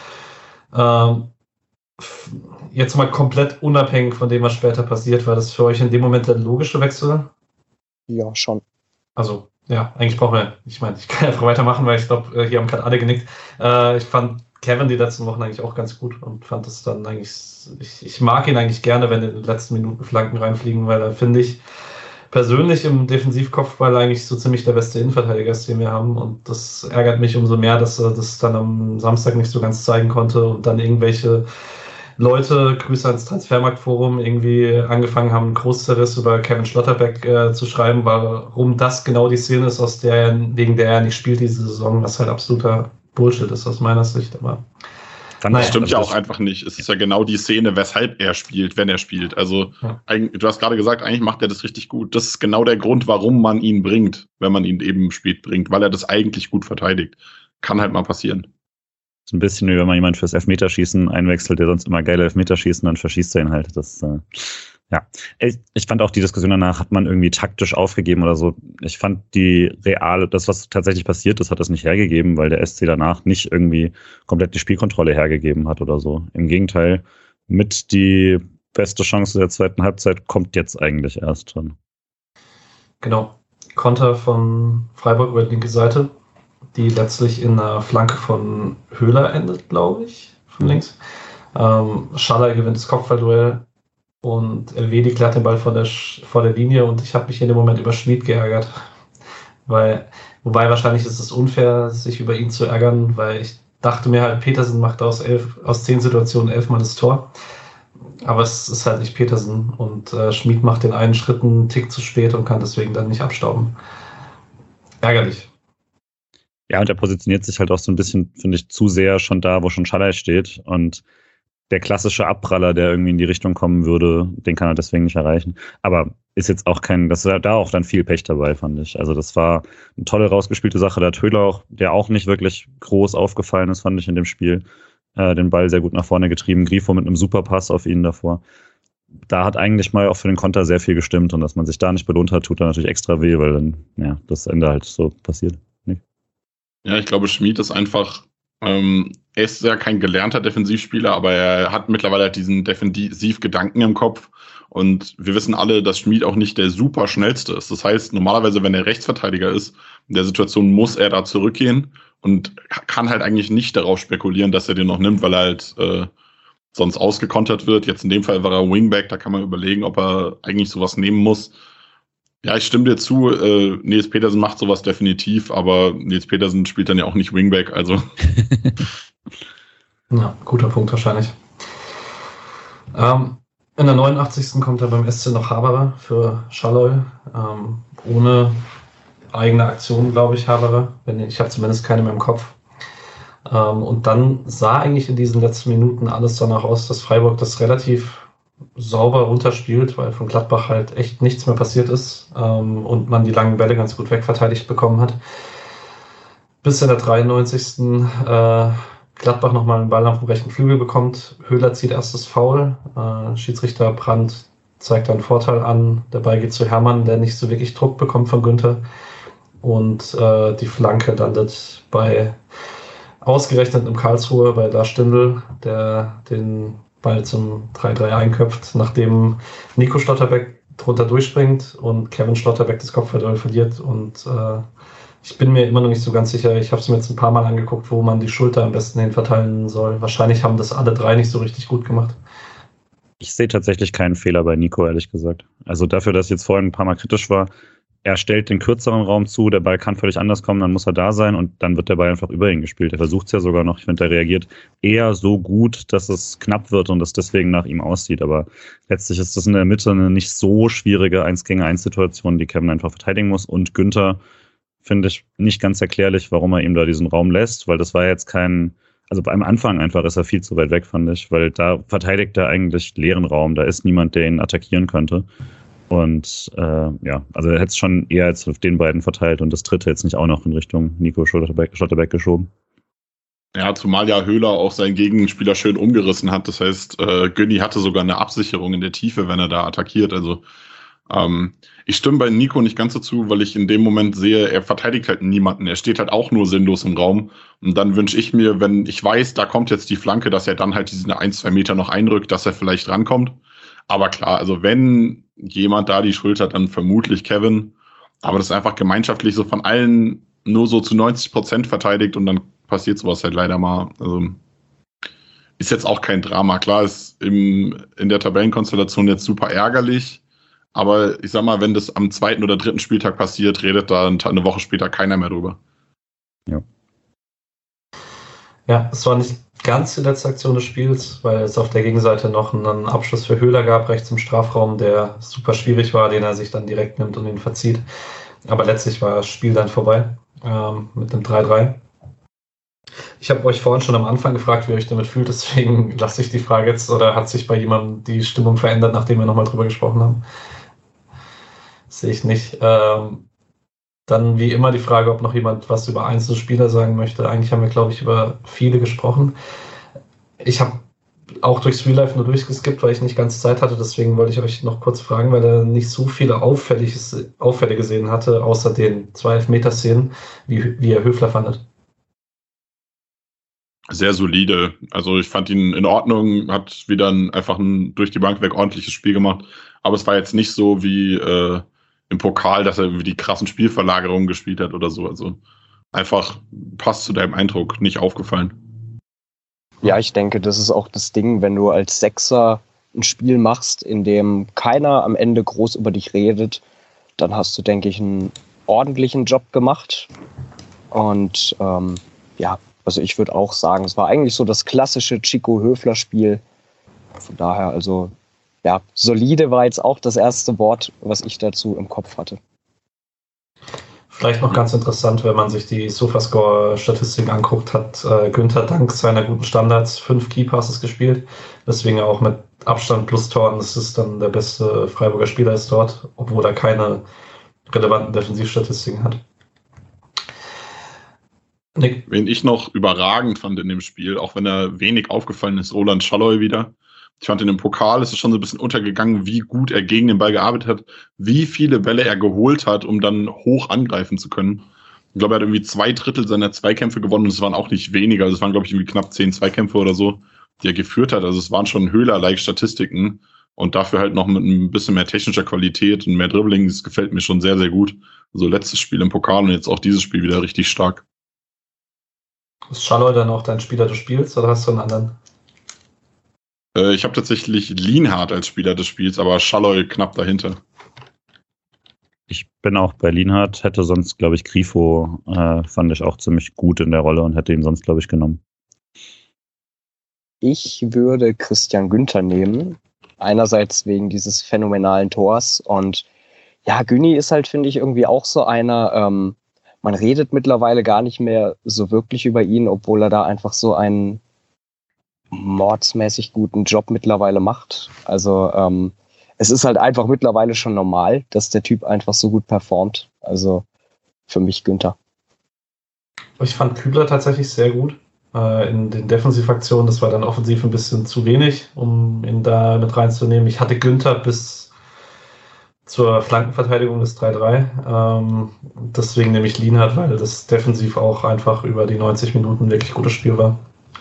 Jetzt mal komplett unabhängig von dem, was später passiert, war das für euch in dem Moment der logische Wechsel? Ja, schon. Also, ja, eigentlich brauchen wir, ich kann einfach weitermachen, weil ich glaube, hier haben gerade alle genickt. Ich fand Kevin die letzten Wochen eigentlich auch ganz gut und fand es dann eigentlich, ich mag ihn eigentlich gerne, wenn in den letzten Minuten Flanken reinfliegen, weil er, finde ich, persönlich im Defensivkopfball eigentlich so ziemlich der beste Innenverteidiger ist, den wir haben. Und das ärgert mich umso mehr, dass er das dann am Samstag nicht so ganz zeigen konnte und dann irgendwelche Leute, Grüße ans Transfermarktforum, irgendwie angefangen haben, einen Großzerriss über Kevin Schlotterbeck zu schreiben, warum das genau die Szene ist, wegen der er nicht spielt diese Saison, was halt absoluter Bullshit ist aus meiner Sicht. Aber das stimmt ja auch einfach nicht. Es ist ja genau die Szene, weshalb er spielt, wenn er spielt. Also du hast gerade gesagt, eigentlich macht er das richtig gut. Das ist genau der Grund, warum man ihn bringt, wenn man ihn eben spät bringt, weil er das eigentlich gut verteidigt. Kann halt mal passieren. So ein bisschen wie wenn man jemanden fürs Elfmeterschießen einwechselt, der sonst immer geile Elfmeterschießen, dann verschießt er ihn halt. Das, ja. Ich fand auch die Diskussion danach, hat man irgendwie taktisch aufgegeben oder so. Ich fand das, was tatsächlich passiert ist, hat das nicht hergegeben, weil der SC danach nicht irgendwie komplett die Spielkontrolle hergegeben hat oder so. Im Gegenteil, mit die beste Chance der zweiten Halbzeit kommt jetzt eigentlich erst dran. Genau. Konter von Freiburg über die linke Seite, die letztlich in einer Flanke von Höhler endet, glaube ich, von links. Schaller gewinnt das Kopfballduell und Elvedi klärt den Ball vor der Linie und ich habe mich in dem Moment über Schmid geärgert. Wobei wahrscheinlich ist es unfair, sich über ihn zu ärgern, weil ich dachte mir halt, Petersen macht aus 10 Situationen 11 Mal das Tor. Aber es ist halt nicht Petersen und Schmid macht den einen Schritt einen Tick zu spät und kann deswegen dann nicht abstauben. Ärgerlich. Ja, und er positioniert sich halt auch so ein bisschen, finde ich, zu sehr schon da, wo schon Schaller steht. Und der klassische Abpraller, der irgendwie in die Richtung kommen würde, den kann er deswegen nicht erreichen. Aber ist jetzt auch das war da auch dann viel Pech dabei, fand ich. Also das war eine tolle rausgespielte Sache. Da hat Höhler auch, der auch nicht wirklich groß aufgefallen ist, fand ich in dem Spiel, den Ball sehr gut nach vorne getrieben. Grifo mit einem super Pass auf ihn davor. Da hat eigentlich mal auch für den Konter sehr viel gestimmt und dass man sich da nicht belohnt hat, tut dann natürlich extra weh, weil dann, ja, das Ende halt so passiert. Nee. Ja, ich glaube, Schmid ist einfach, er ist ja kein gelernter Defensivspieler, aber er hat mittlerweile halt diesen Defensivgedanken im Kopf. Und wir wissen alle, dass Schmid auch nicht der super schnellste ist. Das heißt, normalerweise, wenn er Rechtsverteidiger ist, in der Situation muss er da zurückgehen und kann halt eigentlich nicht darauf spekulieren, dass er den noch nimmt, weil er halt sonst ausgekontert wird. Jetzt in dem Fall war er Wingback, da kann man überlegen, ob er eigentlich sowas nehmen muss. Ja, ich stimme dir zu, Nils Petersen macht sowas definitiv, aber Nils Petersen spielt dann ja auch nicht Wingback, also. Ja, guter Punkt wahrscheinlich. In der 89. kommt dann beim SC noch Haberer für Schalloy, ohne eigene Aktion, glaube ich, Haberer. Ich habe zumindest keine mehr im Kopf. Und dann sah eigentlich in diesen letzten Minuten alles danach aus, dass Freiburg das relativ sauber runterspielt, weil von Gladbach halt echt nichts mehr passiert ist und man die langen Bälle ganz gut wegverteidigt bekommen hat. Bis in der 93. Gladbach nochmal einen Ball auf dem rechten Flügel bekommt. Höhler zieht erstes Foul. Schiedsrichter Brandt zeigt dann Vorteil an. Der Ball geht zu Hermann, der nicht so wirklich Druck bekommt von Günther. und die Flanke landet bei ausgerechnet im Karlsruhe bei Lars Stindl, der den Ball zum 3-3 einköpft, nachdem Nico Schlotterbeck drunter durchspringt und Kevin Schlotterbeck das Kopfballduell verliert. Und ich bin mir immer noch nicht so ganz sicher, ich habe es mir jetzt ein paar Mal angeguckt, wo man die Schulter am besten hin verteilen soll. Wahrscheinlich haben das alle drei nicht so richtig gut gemacht. Ich sehe tatsächlich keinen Fehler bei Nico, ehrlich gesagt. Also dafür, dass ich jetzt vorhin ein paar Mal kritisch war, er stellt den kürzeren Raum zu, der Ball kann völlig anders kommen, dann muss er da sein und dann wird der Ball einfach über ihn gespielt. Er versucht es ja sogar noch. Ich finde, er reagiert eher so gut, dass es knapp wird und es deswegen nach ihm aussieht. Aber letztlich ist das in der Mitte eine nicht so schwierige 1-gegen-1-Situation, die Kevin einfach verteidigen muss. Und Günther finde ich nicht ganz erklärlich, warum er ihm da diesen Raum lässt, weil das war jetzt kein... Also beim Anfang einfach ist er viel zu weit weg, fand ich, weil da verteidigt er eigentlich leeren Raum. Da ist niemand, der ihn attackieren könnte. Und also er hätte es schon eher als auf den beiden verteilt und das dritte jetzt nicht auch noch in Richtung Nico Schlotterbeck geschoben. Ja, zumal ja Höhler auch seinen Gegenspieler schön umgerissen hat. Das heißt, Günni hatte sogar eine Absicherung in der Tiefe, wenn er da attackiert. Also ich stimme bei Nico nicht ganz so zu, weil ich in dem Moment sehe, er verteidigt halt niemanden. Er steht halt auch nur sinnlos im Raum. Und dann wünsche ich mir, wenn ich weiß, da kommt jetzt die Flanke, dass er dann halt diese 1-2 Meter noch einrückt, dass er vielleicht rankommt. Aber klar, also wenn jemand da die Schuld hat, dann vermutlich Kevin. Aber das ist einfach gemeinschaftlich so von allen nur so zu 90% verteidigt und dann passiert sowas halt leider mal. Also ist jetzt auch kein Drama. Klar, ist in der Tabellenkonstellation jetzt super ärgerlich. Aber ich sag mal, wenn das am 2. oder 3. Spieltag passiert, redet da eine Woche später keiner mehr drüber. Ja, es war nicht ganz die letzte Aktion des Spiels, weil es auf der Gegenseite noch einen Abschluss für Höhler gab, rechts im Strafraum, der super schwierig war, den er sich dann direkt nimmt und ihn verzieht. Aber letztlich war das Spiel dann vorbei mit dem 3-3. Ich habe euch vorhin schon am Anfang gefragt, wie ihr euch damit fühlt, deswegen lasse ich die Frage jetzt, oder hat sich bei jemandem die Stimmung verändert, nachdem wir nochmal drüber gesprochen haben? Sehe ich nicht. Dann wie immer die Frage, ob noch jemand was über einzelne Spieler sagen möchte. Eigentlich haben wir, glaube ich, über viele gesprochen. Ich habe auch durchs Real Life nur durchgeskippt, weil ich nicht ganz Zeit hatte. Deswegen wollte ich euch noch kurz fragen, weil er nicht so viele Auffälle gesehen hatte, außer den 2 Elfmeter-Szenen, wie er Höfler fandet. Sehr solide. Also ich fand ihn in Ordnung, hat wieder einfach ein durch die Bank weg ordentliches Spiel gemacht. Aber es war jetzt nicht so wie im Pokal, dass er irgendwie die krassen Spielverlagerungen gespielt hat oder so. Also einfach passt zu deinem Eindruck, nicht aufgefallen. Ja, ich denke, das ist auch das Ding, wenn du als Sechser ein Spiel machst, in dem keiner am Ende groß über dich redet, dann hast du, denke ich, einen ordentlichen Job gemacht. Und also ich würde auch sagen, es war eigentlich so das klassische Chico-Höfler-Spiel. Von daher, also ja, solide war jetzt auch das erste Wort, was ich dazu im Kopf hatte. Vielleicht noch ganz interessant, wenn man sich die Sofascore-Statistik anguckt, hat Günther dank seiner guten Standards 5 Keypasses gespielt. Deswegen auch mit Abstand plus Toren. Das ist dann der beste Freiburger Spieler ist dort, obwohl er keine relevanten Defensivstatistiken hat. Nick? Wen ich noch überragend fand in dem Spiel, auch wenn er wenig aufgefallen ist, Roland Schalloy wieder. Ich fand in dem Pokal ist es schon so ein bisschen untergegangen, wie gut er gegen den Ball gearbeitet hat, wie viele Bälle er geholt hat, um dann hoch angreifen zu können. Ich glaube, er hat irgendwie 2/3 seiner Zweikämpfe gewonnen und es waren auch nicht weniger. Also es waren, glaube ich, irgendwie knapp 10 Zweikämpfe oder so, die er geführt hat. Also es waren schon Höhler-like Statistiken und dafür halt noch mit ein bisschen mehr technischer Qualität und mehr Dribbling. Das gefällt mir schon sehr, sehr gut. Also letztes Spiel im Pokal und jetzt auch dieses Spiel wieder richtig stark. Ist Schalloy dann auch dein Spieler des Spiels oder hast du einen anderen? Ich habe tatsächlich Lienhardt als Spieler des Spiels, aber Schalloy knapp dahinter. Ich bin auch bei Lienhardt, hätte sonst, glaube ich, Grifo fand ich auch ziemlich gut in der Rolle und hätte ihn sonst, glaube ich, genommen. Ich würde Christian Günther nehmen. Einerseits wegen dieses phänomenalen Tors und ja, Günni ist halt, finde ich, irgendwie auch so einer, man redet mittlerweile gar nicht mehr so wirklich über ihn, obwohl er da einfach so einen mordsmäßig guten Job mittlerweile macht. Also es ist halt einfach mittlerweile schon normal, dass der Typ einfach so gut performt. Also für mich Günther. Ich fand Kübler tatsächlich sehr gut in den Defensivaktionen. Das war dann offensiv ein bisschen zu wenig, um ihn da mit reinzunehmen. Ich hatte Günther bis zur Flankenverteidigung des 3-3. Deswegen nehme ich Lienhardt, weil das defensiv auch einfach über die 90 Minuten wirklich gutes Spiel war.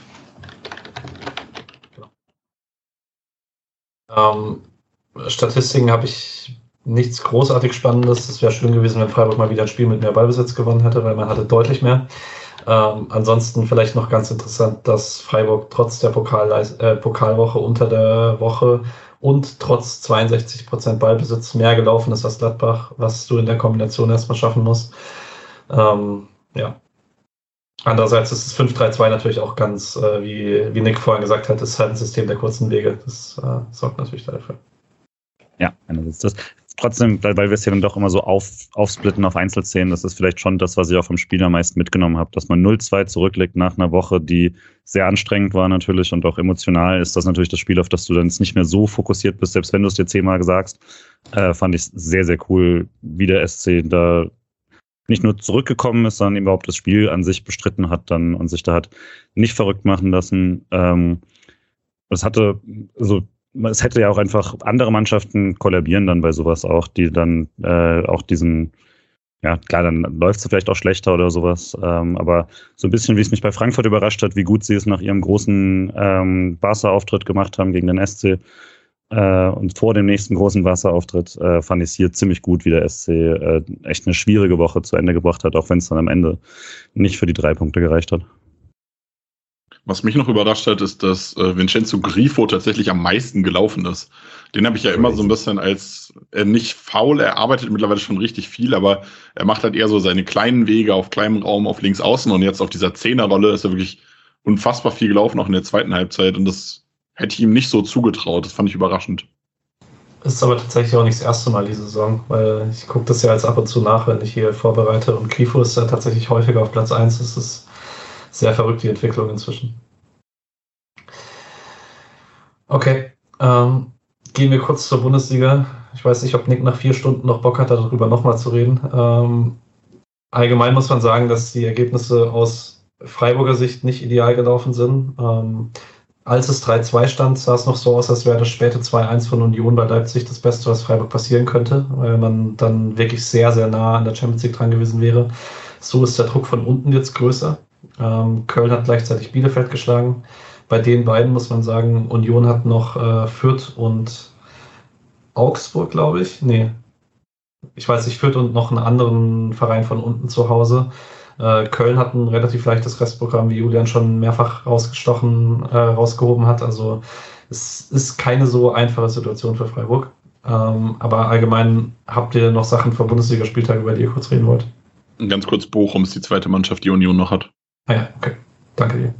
Genau. Statistiken habe ich nichts großartig Spannendes. Es wäre schön gewesen, wenn Freiburg mal wieder ein Spiel mit mehr Ballbesitz gewonnen hätte, weil man hatte deutlich mehr. Ansonsten vielleicht noch ganz interessant, dass Freiburg trotz der Pokalwoche unter der Woche und trotz 62% Ballbesitz mehr gelaufen ist als Gladbach, was du in der Kombination erstmal schaffen musst. Ja. Andererseits ist das 5-3-2 natürlich auch ganz, wie Nick vorhin gesagt hat, ist halt ein System der kurzen Wege. Das sorgt natürlich dafür. Ja, das trotzdem, weil wir es ja dann doch immer so aufsplitten auf Einzelszenen, das ist vielleicht schon das, was ich auch vom Spiel am meisten mitgenommen habe, dass man 0-2 zurücklegt nach einer Woche, die sehr anstrengend war natürlich und auch emotional, ist das natürlich das Spiel, auf das du dann nicht mehr so fokussiert bist, selbst wenn du es dir 10-mal sagst, fand ich sehr, sehr cool, wie der SC da nicht nur zurückgekommen ist, sondern überhaupt das Spiel an sich bestritten hat dann und sich da hat nicht verrückt machen lassen. Es hätte ja auch einfach andere Mannschaften kollabieren dann bei sowas auch, die dann auch diesen, ja klar, dann läuft es vielleicht auch schlechter oder sowas, aber so ein bisschen, wie es mich bei Frankfurt überrascht hat, wie gut sie es nach ihrem großen Barca-Auftritt gemacht haben gegen den SC und vor dem nächsten großen Barca-Auftritt fand ich es hier ziemlich gut, wie der SC echt eine schwierige Woche zu Ende gebracht hat, auch wenn es dann am Ende nicht für die 3 Punkte gereicht hat. Was mich noch überrascht hat, ist, dass Vincenzo Grifo tatsächlich am meisten gelaufen ist. Den habe ich ja immer so ein bisschen als nicht faul, er arbeitet mittlerweile schon richtig viel, aber er macht halt eher so seine kleinen Wege auf kleinem Raum auf links außen und jetzt auf dieser 10er-Rolle ist er wirklich unfassbar viel gelaufen, auch in der zweiten Halbzeit und das hätte ich ihm nicht so zugetraut. Das fand ich überraschend. Das ist aber tatsächlich auch nicht das erste Mal diese Saison, weil ich gucke das ja jetzt ab und zu nach, wenn ich hier vorbereite und Grifo ist ja tatsächlich häufiger auf Platz 1. Das ist sehr verrückt, die Entwicklung inzwischen. Okay, gehen wir kurz zur Bundesliga. Ich weiß nicht, ob Nick nach 4 Stunden noch Bock hat, darüber nochmal zu reden. Allgemein muss man sagen, dass die Ergebnisse aus Freiburger Sicht nicht ideal gelaufen sind. Als es 3-2 stand, sah es noch so aus, als wäre das späte 2-1 von Union bei Leipzig das Beste, was Freiburg passieren könnte, weil man dann wirklich sehr, sehr nah an der Champions League dran gewesen wäre. So ist der Druck von unten jetzt größer. Köln hat gleichzeitig Bielefeld geschlagen. Bei den beiden muss man sagen, Union hat noch Fürth und Augsburg, glaube ich. Nee, ich weiß nicht, Fürth und noch einen anderen Verein von unten zu Hause. Köln hat ein relativ leichtes Restprogramm, wie Julian schon mehrfach rausgehoben hat. Also es ist keine so einfache Situation für Freiburg. Aber allgemein habt ihr noch Sachen vom Bundesligaspieltag, über die ihr kurz reden wollt? Ganz kurz, Bochum ist die zweite Mannschaft, die Union noch hat. Ah ja, okay. Danke dir.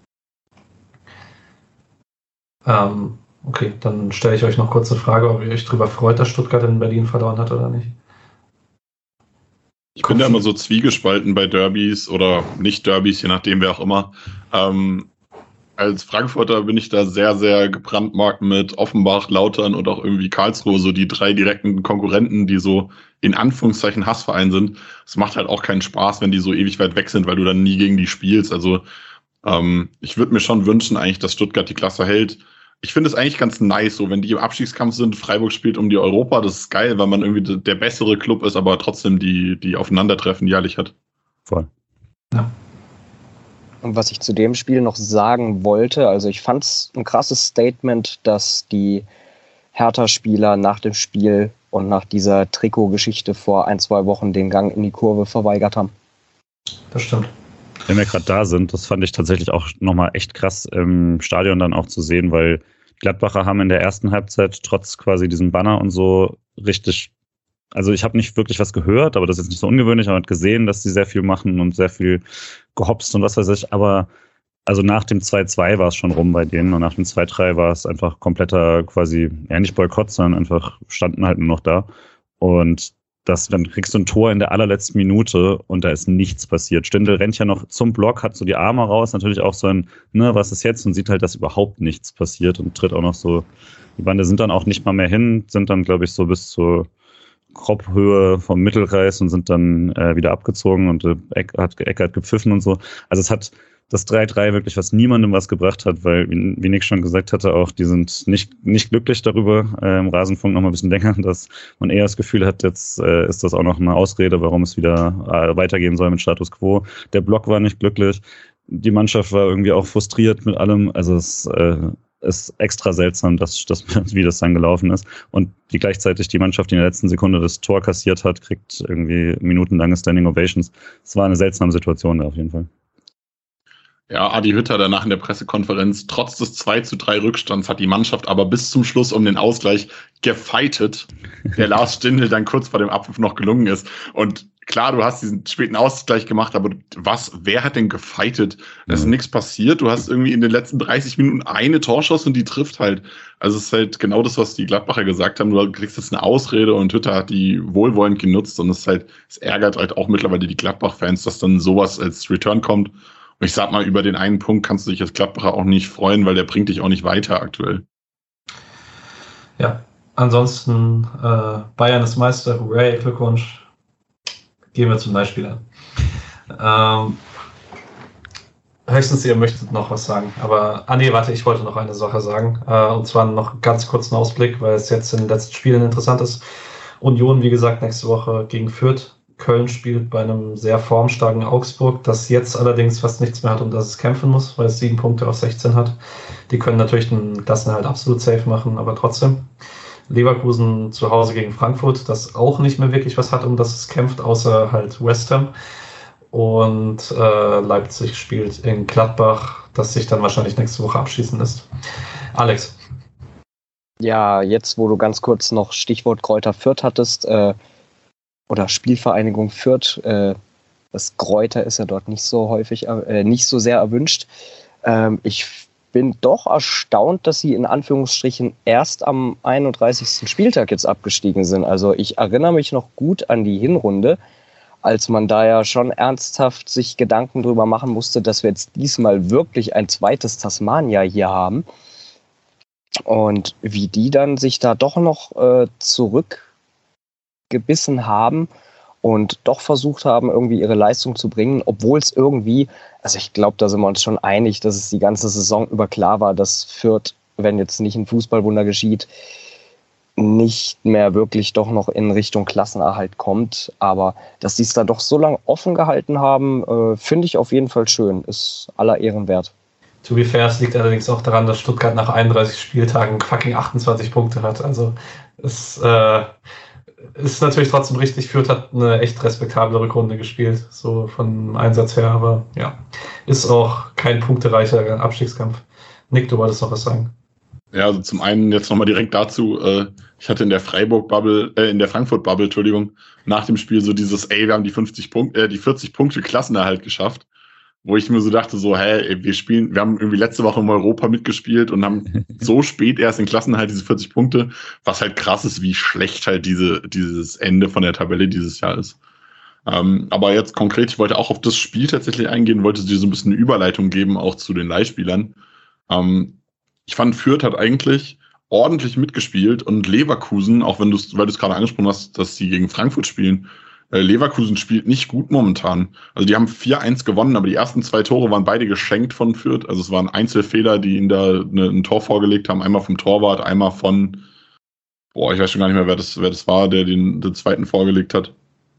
Okay, dann stelle ich euch noch kurz eine Frage, ob ihr euch darüber freut, dass Stuttgart in Berlin verloren hat oder nicht. Ich bin da immer so zwiegespalten bei Derbys oder nicht Derbys, je nachdem, wer auch immer. Als Frankfurter bin ich da sehr, sehr gebrandmarkt mit Offenbach, Lautern und auch irgendwie Karlsruhe, so die 3 direkten Konkurrenten, die so in Anführungszeichen Hassverein sind. Es macht halt auch keinen Spaß, wenn die so ewig weit weg sind, weil du dann nie gegen die spielst. Also ich würde mir schon wünschen eigentlich, dass Stuttgart die Klasse hält. Ich finde es eigentlich ganz nice, so wenn die im Abstiegskampf sind, Freiburg spielt um die Europa, das ist geil, weil man irgendwie der bessere Club ist, aber trotzdem die Aufeinandertreffen jährlich hat. Voll. Ja. Und was ich zu dem Spiel noch sagen wollte, also ich fand es ein krasses Statement, dass die Hertha-Spieler nach dem Spiel und nach dieser Trikotgeschichte vor 1-2 Wochen den Gang in die Kurve verweigert haben. Das stimmt. Wenn wir gerade da sind, das fand ich tatsächlich auch nochmal echt krass im Stadion dann auch zu sehen, weil Gladbacher haben in der ersten Halbzeit trotz quasi diesem Banner und so richtig, also ich habe nicht wirklich was gehört, aber das ist nicht so ungewöhnlich, aber gesehen, dass sie sehr viel machen und sehr viel gehopst und was weiß ich, aber also nach dem 2-2 war es schon rum bei denen und nach dem 2-3 war es einfach kompletter quasi, ja nicht Boykott, sondern einfach standen halt nur noch da und dann kriegst du ein Tor in der allerletzten Minute und da ist nichts passiert. Stindl rennt ja noch zum Block, hat so die Arme raus, natürlich auch so ein, ne, was ist jetzt? Und sieht halt, dass überhaupt nichts passiert und tritt auch noch so, die Bande sind dann auch nicht mal mehr hin, sind dann, glaube ich, so bis zur Kropfhöhe vom Mittelkreis und sind dann wieder abgezogen und Eckert gepfiffen und so. Also es hat das 3-3 wirklich, was niemandem was gebracht hat, weil, wie Nick schon gesagt hatte, auch die sind nicht glücklich darüber, im Rasenfunk noch mal ein bisschen länger, dass man eher das Gefühl hat, jetzt ist das auch noch eine Ausrede, warum es wieder weitergehen soll mit Status Quo. Der Block war nicht glücklich, die Mannschaft war irgendwie auch frustriert mit allem, also es ist extra seltsam, wie das dann gelaufen ist. Und die gleichzeitig die Mannschaft, die in der letzten Sekunde das Tor kassiert hat, kriegt irgendwie minutenlange Standing Ovations. Es war eine seltsame Situation auf jeden Fall. Ja, Adi Hütter danach in der Pressekonferenz, trotz des 2-3 Rückstands hat die Mannschaft aber bis zum Schluss um den Ausgleich gefightet, der Lars Stindl dann kurz vor dem Abpfiff noch gelungen ist. Und klar, du hast diesen späten Ausgleich gemacht, aber wer hat denn gefightet? Es ist nichts passiert. Du hast irgendwie in den letzten 30 Minuten eine Torschuss und die trifft halt. Also es ist halt genau das, was die Gladbacher gesagt haben. Du kriegst jetzt eine Ausrede und Hütter hat die wohlwollend genutzt und es ärgert halt auch mittlerweile die Gladbach-Fans, dass dann sowas als Return kommt. Und ich sag mal, über den einen Punkt kannst du dich als Gladbacher auch nicht freuen, weil der bringt dich auch nicht weiter aktuell. Ja, ansonsten Bayern ist Meister, hooray, Glückwunsch. Gehen wir zum Leihspieler. Höchstens ihr möchtet noch was sagen, aber, warte, ich wollte noch eine Sache sagen, und zwar noch ganz kurz einen Ausblick, weil es jetzt in den letzten Spielen interessant ist. Union, wie gesagt, nächste Woche gegen Fürth. Köln spielt bei einem sehr formstarken Augsburg, das jetzt allerdings fast nichts mehr hat, um das es kämpfen muss, weil es 7 Punkte auf 16 hat. Die können natürlich den Klassenerhalt absolut safe machen, aber trotzdem. Leverkusen zu Hause gegen Frankfurt, das auch nicht mehr wirklich was hat, um das es kämpft, außer halt West Ham. Und Leipzig spielt in Gladbach, das sich dann wahrscheinlich nächste Woche abschießen lässt. Alex. Ja, jetzt, wo du ganz kurz noch Stichwort Kräuter Fürth hattest, oder Spielvereinigung Fürth, das Kräuter ist ja dort nicht so häufig, nicht so sehr erwünscht. Ich bin doch erstaunt, dass sie in Anführungsstrichen erst am 31. Spieltag jetzt abgestiegen sind. Also ich erinnere mich noch gut an die Hinrunde, als man da ja schon ernsthaft sich Gedanken drüber machen musste, dass wir jetzt diesmal wirklich ein zweites Tasmania hier haben. Und wie die dann sich da doch noch zurückgebissen haben und doch versucht haben, irgendwie ihre Leistung zu bringen, obwohl es irgendwie, also ich glaube, da sind wir uns schon einig, dass es die ganze Saison über klar war, dass Fürth, wenn jetzt nicht ein Fußballwunder geschieht, nicht mehr wirklich doch noch in Richtung Klassenerhalt kommt. Aber dass sie es da doch so lange offen gehalten haben, finde ich auf jeden Fall schön. Ist aller Ehren wert. To be fair, es liegt allerdings auch daran, dass Stuttgart nach 31 Spieltagen fucking 28 Punkte hat. Also es ist natürlich trotzdem richtig. Fürth hat eine echt respektable Rückrunde gespielt, so vom Einsatz her. Aber ja, ist auch kein punktereicher Abstiegskampf. Nick, du wolltest noch was sagen? Ja, also zum einen jetzt nochmal direkt dazu, ich hatte in der Frankfurt-Bubble, Entschuldigung, nach dem Spiel so dieses, wir haben die 40 Punkte Klassenerhalt geschafft, wo ich mir so dachte, so, wir haben irgendwie letzte Woche im Europa mitgespielt und haben so spät erst in Klassenerhalt diese 40 Punkte, was halt krass ist, wie schlecht halt dieses Ende von der Tabelle dieses Jahr ist. Aber jetzt konkret, ich wollte auch auf das Spiel tatsächlich eingehen, wollte dir so ein bisschen eine Überleitung geben, auch zu den Leihspielern. Ich fand, Fürth hat eigentlich ordentlich mitgespielt und Leverkusen, auch weil du es gerade angesprochen hast, dass sie gegen Frankfurt spielen, Leverkusen spielt nicht gut momentan. Also die haben 4-1 gewonnen, aber die ersten 2 Tore waren beide geschenkt von Fürth. Also es waren Einzelfehler, die ihnen da ein Tor vorgelegt haben. Einmal vom Torwart, einmal von, ich weiß schon gar nicht mehr, wer das war, der den zweiten vorgelegt hat.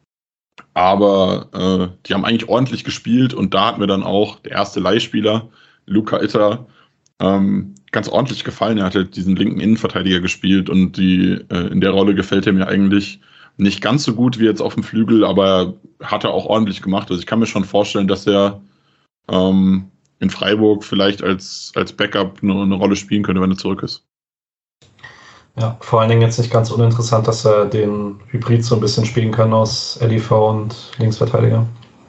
Aber die haben eigentlich ordentlich gespielt und da hat mir dann auch der erste Leihspieler, Luca Itter, ganz ordentlich gefallen. Er hat halt diesen linken Innenverteidiger gespielt und in der Rolle gefällt er mir eigentlich nicht ganz so gut wie jetzt auf dem Flügel, aber hat er auch ordentlich gemacht. Also ich kann mir schon vorstellen, dass er in Freiburg vielleicht als Backup eine Rolle spielen könnte, wenn er zurück ist. Ja, vor allen Dingen jetzt nicht ganz uninteressant, dass er den Hybrid so ein bisschen spielen kann aus LIV und Linksverteidiger.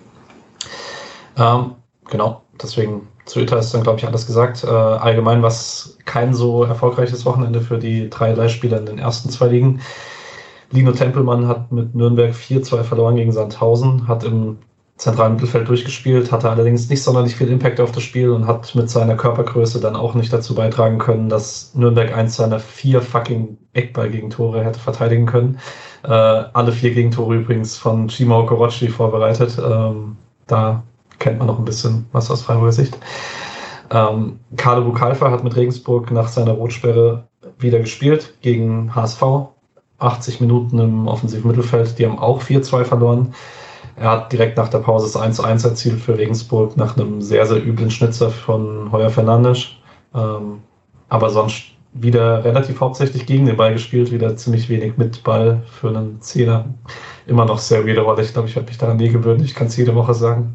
Genau, deswegen zu Itter ist dann, glaube ich, alles gesagt. Allgemein war es kein so erfolgreiches Wochenende für die 3 Leihspieler in den ersten 2 Ligen. Lino Tempelmann hat mit Nürnberg 4-2 verloren gegen Sandhausen, hat im zentralen Mittelfeld durchgespielt, hatte allerdings nicht sonderlich viel Impact auf das Spiel und hat mit seiner Körpergröße dann auch nicht dazu beitragen können, dass Nürnberg 1 seiner 4 fucking Eckball-Gegentore hätte verteidigen können. Alle 4 Gegentore übrigens von Cimo Okorochi vorbereitet. Da kennt man noch ein bisschen was aus Freiburger Sicht. Kader Bukalfa hat mit Regensburg nach seiner Rotsperre wieder gespielt gegen HSV. 80 Minuten im offensiven Mittelfeld. Die haben auch 4-2 verloren. Er hat direkt nach der Pause das 1-1 erzielt für Regensburg nach einem sehr, sehr üblen Schnitzer von Heuer Fernandes. Aber sonst wieder relativ hauptsächlich gegen den Ball gespielt, wieder ziemlich wenig mit Ball für einen Zehner. Immer noch sehr weirde Rolle. Ich glaube, ich werde mich daran nie gewöhnen. Ich kann es jede Woche sagen.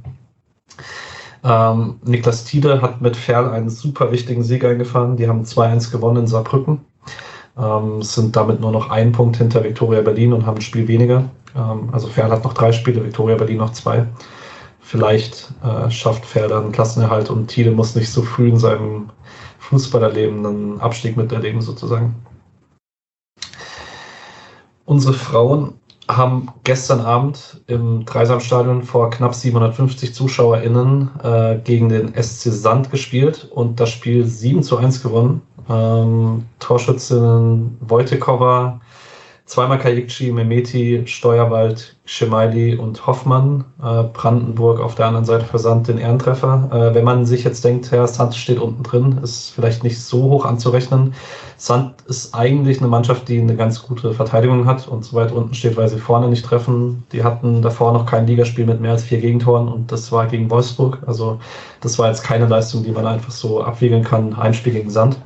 Niklas Tiede hat mit Ferl einen super wichtigen Sieg eingefahren. Die haben 2-1 gewonnen in Saarbrücken. Sind damit nur noch 1 Punkt hinter Viktoria Berlin und haben ein Spiel weniger. Also Ferl hat noch 3 Spiele, Viktoria Berlin noch 2. Vielleicht schafft Ferl dann einen Klassenerhalt und Tiede muss nicht so früh in seinem Fußballerleben einen Abstieg miterleben sozusagen. Unsere Frauen haben gestern Abend im Dreisamstadion vor knapp 750 ZuschauerInnen gegen den SC Sand gespielt und das Spiel 7-1 gewonnen. Torschützen Wojtekova, zweimal Kajikci, Mehmeti, Steuerwald, Schemaili und Hoffmann. Brandenburg auf der anderen Seite für Sand den Ehrentreffer. Wenn man sich jetzt denkt, Herr Sand steht unten drin, ist vielleicht nicht so hoch anzurechnen. Sand ist eigentlich eine Mannschaft, die eine ganz gute Verteidigung hat und so weit unten steht, weil sie vorne nicht treffen. Die hatten davor noch kein Ligaspiel mit mehr als 4 Gegentoren und das war gegen Wolfsburg. Also das war jetzt keine Leistung, die man einfach so abwiegeln kann. Ein Spiel gegen Sand.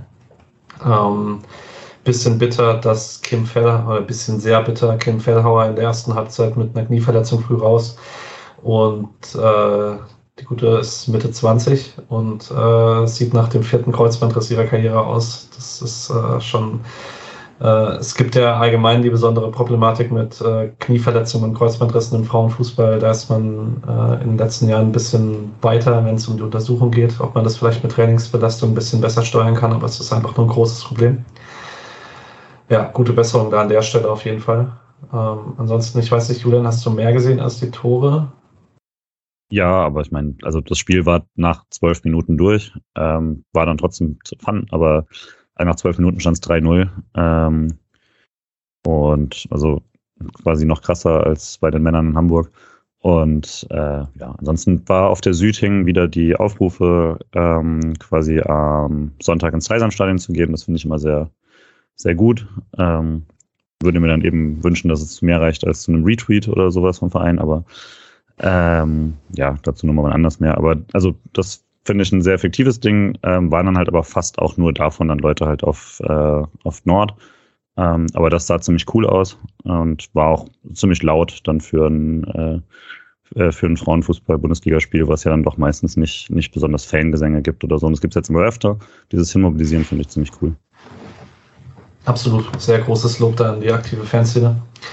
Bisschen bitter, dass Kim Fellhauer in der ersten Halbzeit mit einer Knieverletzung früh raus und die Gute ist Mitte 20 und sieht nach dem 4. Kreuzbandriss ihrer Karriere aus. Das ist schon, es gibt ja allgemein die besondere Problematik mit Knieverletzungen und Kreuzbandrissen im Frauenfußball. Da ist man in den letzten Jahren ein bisschen weiter, wenn es um die Untersuchung geht, ob man das vielleicht mit Trainingsbelastung ein bisschen besser steuern kann, aber es ist einfach nur ein großes Problem. Ja, gute Besserung da an der Stelle auf jeden Fall. Ansonsten, ich weiß nicht, Julian, hast du mehr gesehen als die Tore? Ja, aber ich meine, also das Spiel war nach 12 Minuten durch, war dann trotzdem zu fun, aber nach 12 Minuten stand es 3-0 und also quasi noch krasser als bei den Männern in Hamburg. Und ja, ansonsten war auf der Süd hingen wieder die Aufrufe, quasi am Sonntag ins Dreisamstadion zu gehen. Das finde ich immer sehr, sehr gut. Würde mir dann eben wünschen, dass es zu mehr reicht als zu einem Retweet oder sowas vom Verein, aber ja, dazu nochmal wann anders mehr. Aber also das finde ich ein sehr effektives Ding, waren dann halt aber fast auch nur davon dann Leute halt auf Nord. Aber das sah ziemlich cool aus und war auch ziemlich laut dann für ein Frauenfußball-Bundesligaspiel, was ja dann doch meistens nicht besonders Fangesänge gibt oder so. Und das gibt es jetzt immer öfter. Dieses Hinmobilisieren finde ich ziemlich cool. Absolut, sehr großes Lob da an die aktive Fanszene.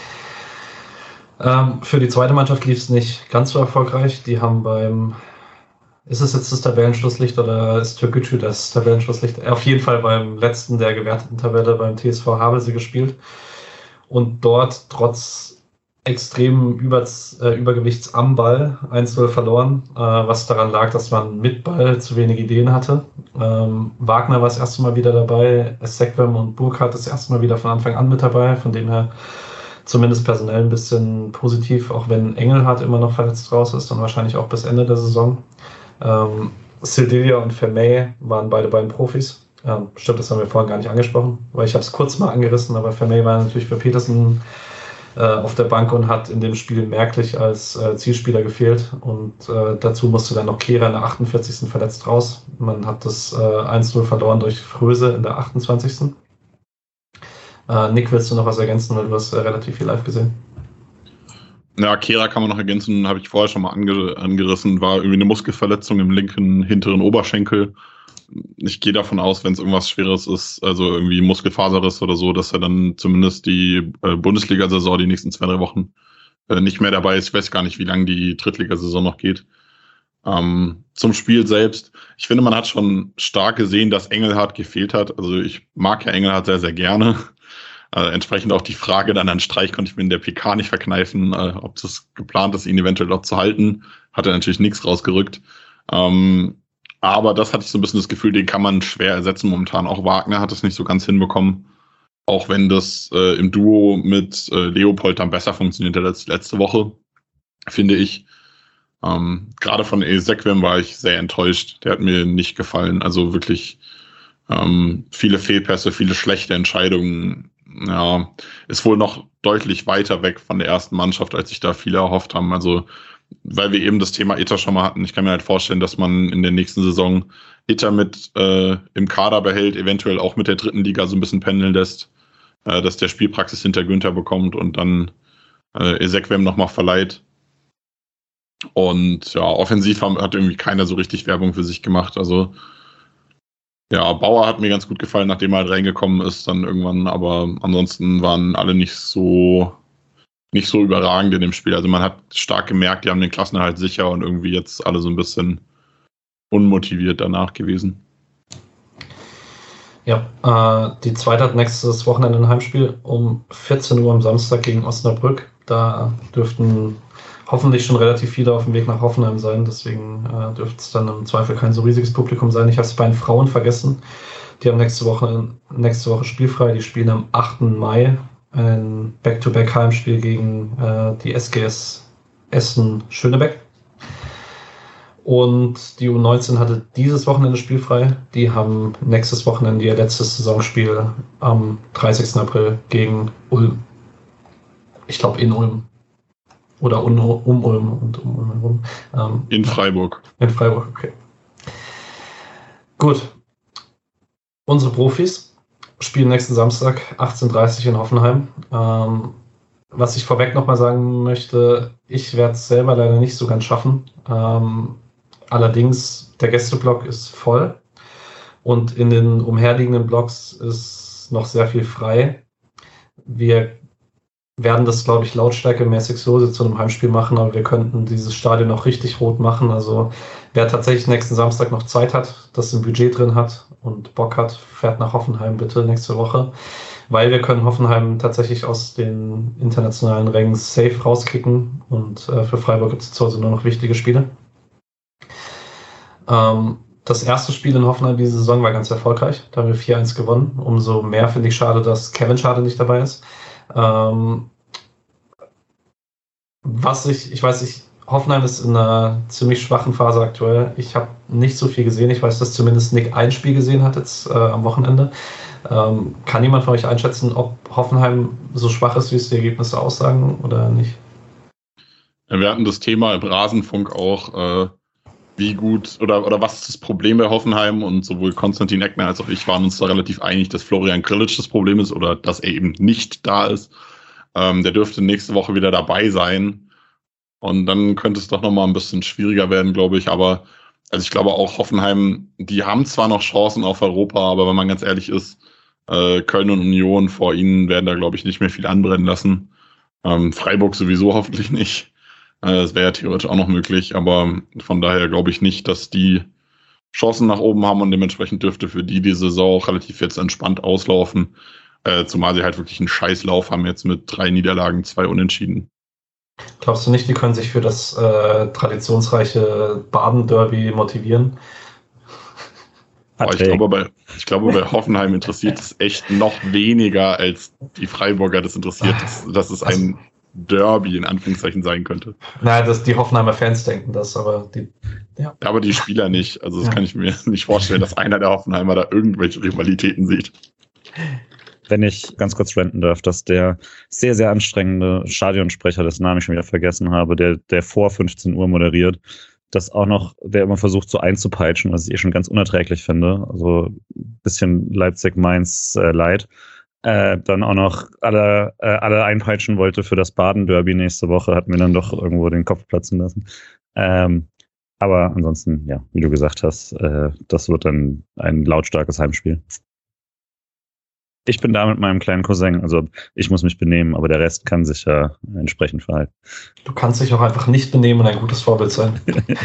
Für die zweite Mannschaft lief es nicht ganz so erfolgreich. Die haben ist es jetzt das Tabellenschlusslicht oder ist Türkgücü das Tabellenschlusslicht? Auf jeden Fall beim letzten der gewerteten Tabelle, beim TSV Havelse gespielt und dort trotz extremen Übergewichts am Ball 1-0 verloren, was daran lag, dass man mit Ball zu wenig Ideen hatte. Wagner war das erste Mal wieder dabei, Sekwem und Burkhardt das erste Mal wieder von Anfang an mit dabei, von dem her zumindest personell ein bisschen positiv, auch wenn Engelhardt immer noch verletzt raus ist und wahrscheinlich auch bis Ende der Saison. Sildilia und Vermey waren beide Profis. Stimmt, das haben wir vorhin gar nicht angesprochen, weil ich habe es kurz mal angerissen, aber Vermey war natürlich für Petersen auf der Bank und hat in dem Spiel merklich als Zielspieler gefehlt und dazu musste dann noch Kehrer in der 48. verletzt raus. Man hat das 1-0 verloren durch Fröse in der 28. Nick, willst du noch was ergänzen, weil du hast relativ viel live gesehen? Ja, Kehrer kann man noch ergänzen, habe ich vorher schon mal angerissen, war irgendwie eine Muskelverletzung im linken hinteren Oberschenkel. Ich gehe davon aus, wenn es irgendwas Schweres ist, also irgendwie Muskelfaserriss oder so, dass er dann zumindest die Bundesliga-Saison die nächsten 2-3 Wochen nicht mehr dabei ist. Ich weiß gar nicht, wie lange die Drittligasaison noch geht. Zum Spiel selbst. Ich finde, man hat schon stark gesehen, dass Engelhardt gefehlt hat. Also ich mag ja Engelhardt sehr, sehr gerne. Entsprechend auch die Frage dann an Streich konnte ich mir in der PK nicht verkneifen, ob das geplant ist, ihn eventuell dort zu halten. Hat er natürlich nichts rausgerückt. Aber das hatte ich so ein bisschen das Gefühl, den kann man schwer ersetzen momentan. Auch Wagner hat es nicht so ganz hinbekommen. Auch wenn das im Duo mit Leopold dann besser funktioniert als letzte Woche, finde ich. Gerade von Ezekwem war ich sehr enttäuscht. Der hat mir nicht gefallen. Also wirklich viele Fehlpässe, viele schlechte Entscheidungen. Ja, ist wohl noch deutlich weiter weg von der ersten Mannschaft, als sich da viele erhofft haben. Also, weil wir eben das Thema Itter schon mal hatten. Ich kann mir halt vorstellen, dass man in der nächsten Saison Itter mit im Kader behält, eventuell auch mit der dritten Liga so ein bisschen pendeln lässt, dass der Spielpraxis hinter Günther bekommt und dann Ezekwem nochmal verleiht. Und ja, offensiv hat irgendwie keiner so richtig Werbung für sich gemacht. Also ja, Bauer hat mir ganz gut gefallen, nachdem er halt reingekommen ist dann irgendwann, aber ansonsten waren alle nicht so überragend in dem Spiel. Also man hat stark gemerkt, die haben den Klassenerhalt sicher und irgendwie jetzt alle so ein bisschen unmotiviert danach gewesen. Ja, die zweite hat nächstes Wochenende ein Heimspiel um 14 Uhr am Samstag gegen Osnabrück. Da dürften hoffentlich schon relativ viele auf dem Weg nach Hoffenheim sein. Deswegen dürfte es dann im Zweifel kein so riesiges Publikum sein. Ich habe es bei den Frauen vergessen. Die haben nächste Woche spielfrei. Die spielen am 8. Mai ein Back-to-Back-Heimspiel gegen die SGS Essen-Schönebeck. Und die U19 hatte dieses Wochenende spielfrei. Die haben nächstes Wochenende ihr letztes Saisonspiel am 30. April gegen Ulm. Ich glaube in Ulm. Oder um Ulm und um Ulm herum. In Freiburg. In Freiburg, okay. Gut. Unsere Profis spielen nächsten Samstag 18:30 Uhr in Hoffenheim. Was ich vorweg nochmal sagen möchte, ich werde es selber leider nicht so ganz schaffen. Allerdings, der Gästeblock ist voll und in den umherliegenden Blocks ist noch sehr viel frei. Wir werden das, glaube ich, lautstärkemäßig so zu einem Heimspiel machen, aber wir könnten dieses Stadion noch richtig rot machen. Also wer tatsächlich nächsten Samstag noch Zeit hat, das im Budget drin hat und Bock hat, fährt nach Hoffenheim bitte nächste Woche, weil wir können Hoffenheim tatsächlich aus den internationalen Rängen safe rauskicken und für Freiburg gibt es zu Hause nur noch wichtige Spiele. Das erste Spiel in Hoffenheim diese Saison war ganz erfolgreich. Da haben wir 4-1 gewonnen. Umso mehr finde ich schade, dass Kevin Schade nicht dabei ist. Ich weiß nicht, Hoffenheim ist in einer ziemlich schwachen Phase aktuell. Ich habe nicht so viel gesehen. Ich weiß, dass zumindest Nick ein Spiel gesehen hat jetzt am Wochenende. Kann jemand von euch einschätzen, ob Hoffenheim so schwach ist, wie es die Ergebnisse aussagen oder nicht? Ja, wir hatten das Thema im Rasenfunk auch, wie gut oder was ist das Problem bei Hoffenheim, und sowohl Konstantin Eckner als auch ich waren uns da relativ einig, dass Florian Grillitsch das Problem ist oder dass er eben nicht da ist. Der dürfte nächste Woche wieder dabei sein und dann könnte es doch nochmal ein bisschen schwieriger werden, glaube ich, aber also ich glaube auch Hoffenheim, die haben zwar noch Chancen auf Europa, aber wenn man ganz ehrlich ist, Köln und Union vor ihnen werden da, glaube ich, nicht mehr viel anbrennen lassen. Freiburg sowieso hoffentlich nicht. Das wäre ja theoretisch auch noch möglich, aber von daher glaube ich nicht, dass die Chancen nach oben haben und dementsprechend dürfte für die Saison auch relativ jetzt entspannt auslaufen, zumal sie halt wirklich einen Scheißlauf haben jetzt mit 3 Niederlagen, 2 Unentschieden. Glaubst du nicht, die können sich für das traditionsreiche Baden-Derby motivieren? Aber ich glaube, bei Hoffenheim interessiert es echt noch weniger, als die Freiburger das interessiert, dass es ein Derby in Anführungszeichen sein könnte. Naja, die Hoffenheimer Fans denken das, aber aber die Spieler nicht. Also das kann ich mir nicht vorstellen, dass einer der Hoffenheimer da irgendwelche Rivalitäten sieht. Wenn ich ganz kurz ranten darf, dass der sehr, sehr anstrengende Stadionsprecher, dessen Namen ich schon wieder vergessen habe, der vor 15 Uhr moderiert, das auch noch, der immer versucht so einzupeitschen, was ich schon ganz unerträglich finde. Also ein bisschen Leipzig-Mainz Leid. Dann auch noch alle einpeitschen wollte für das Baden-Derby nächste Woche, hat mir dann doch irgendwo den Kopf platzen lassen. Aber ansonsten, ja, wie du gesagt hast, das wird dann ein lautstarkes Heimspiel. Ich bin da mit meinem kleinen Cousin, also ich muss mich benehmen, aber der Rest kann sich ja entsprechend verhalten. Du kannst dich auch einfach nicht benehmen und ein gutes Vorbild sein.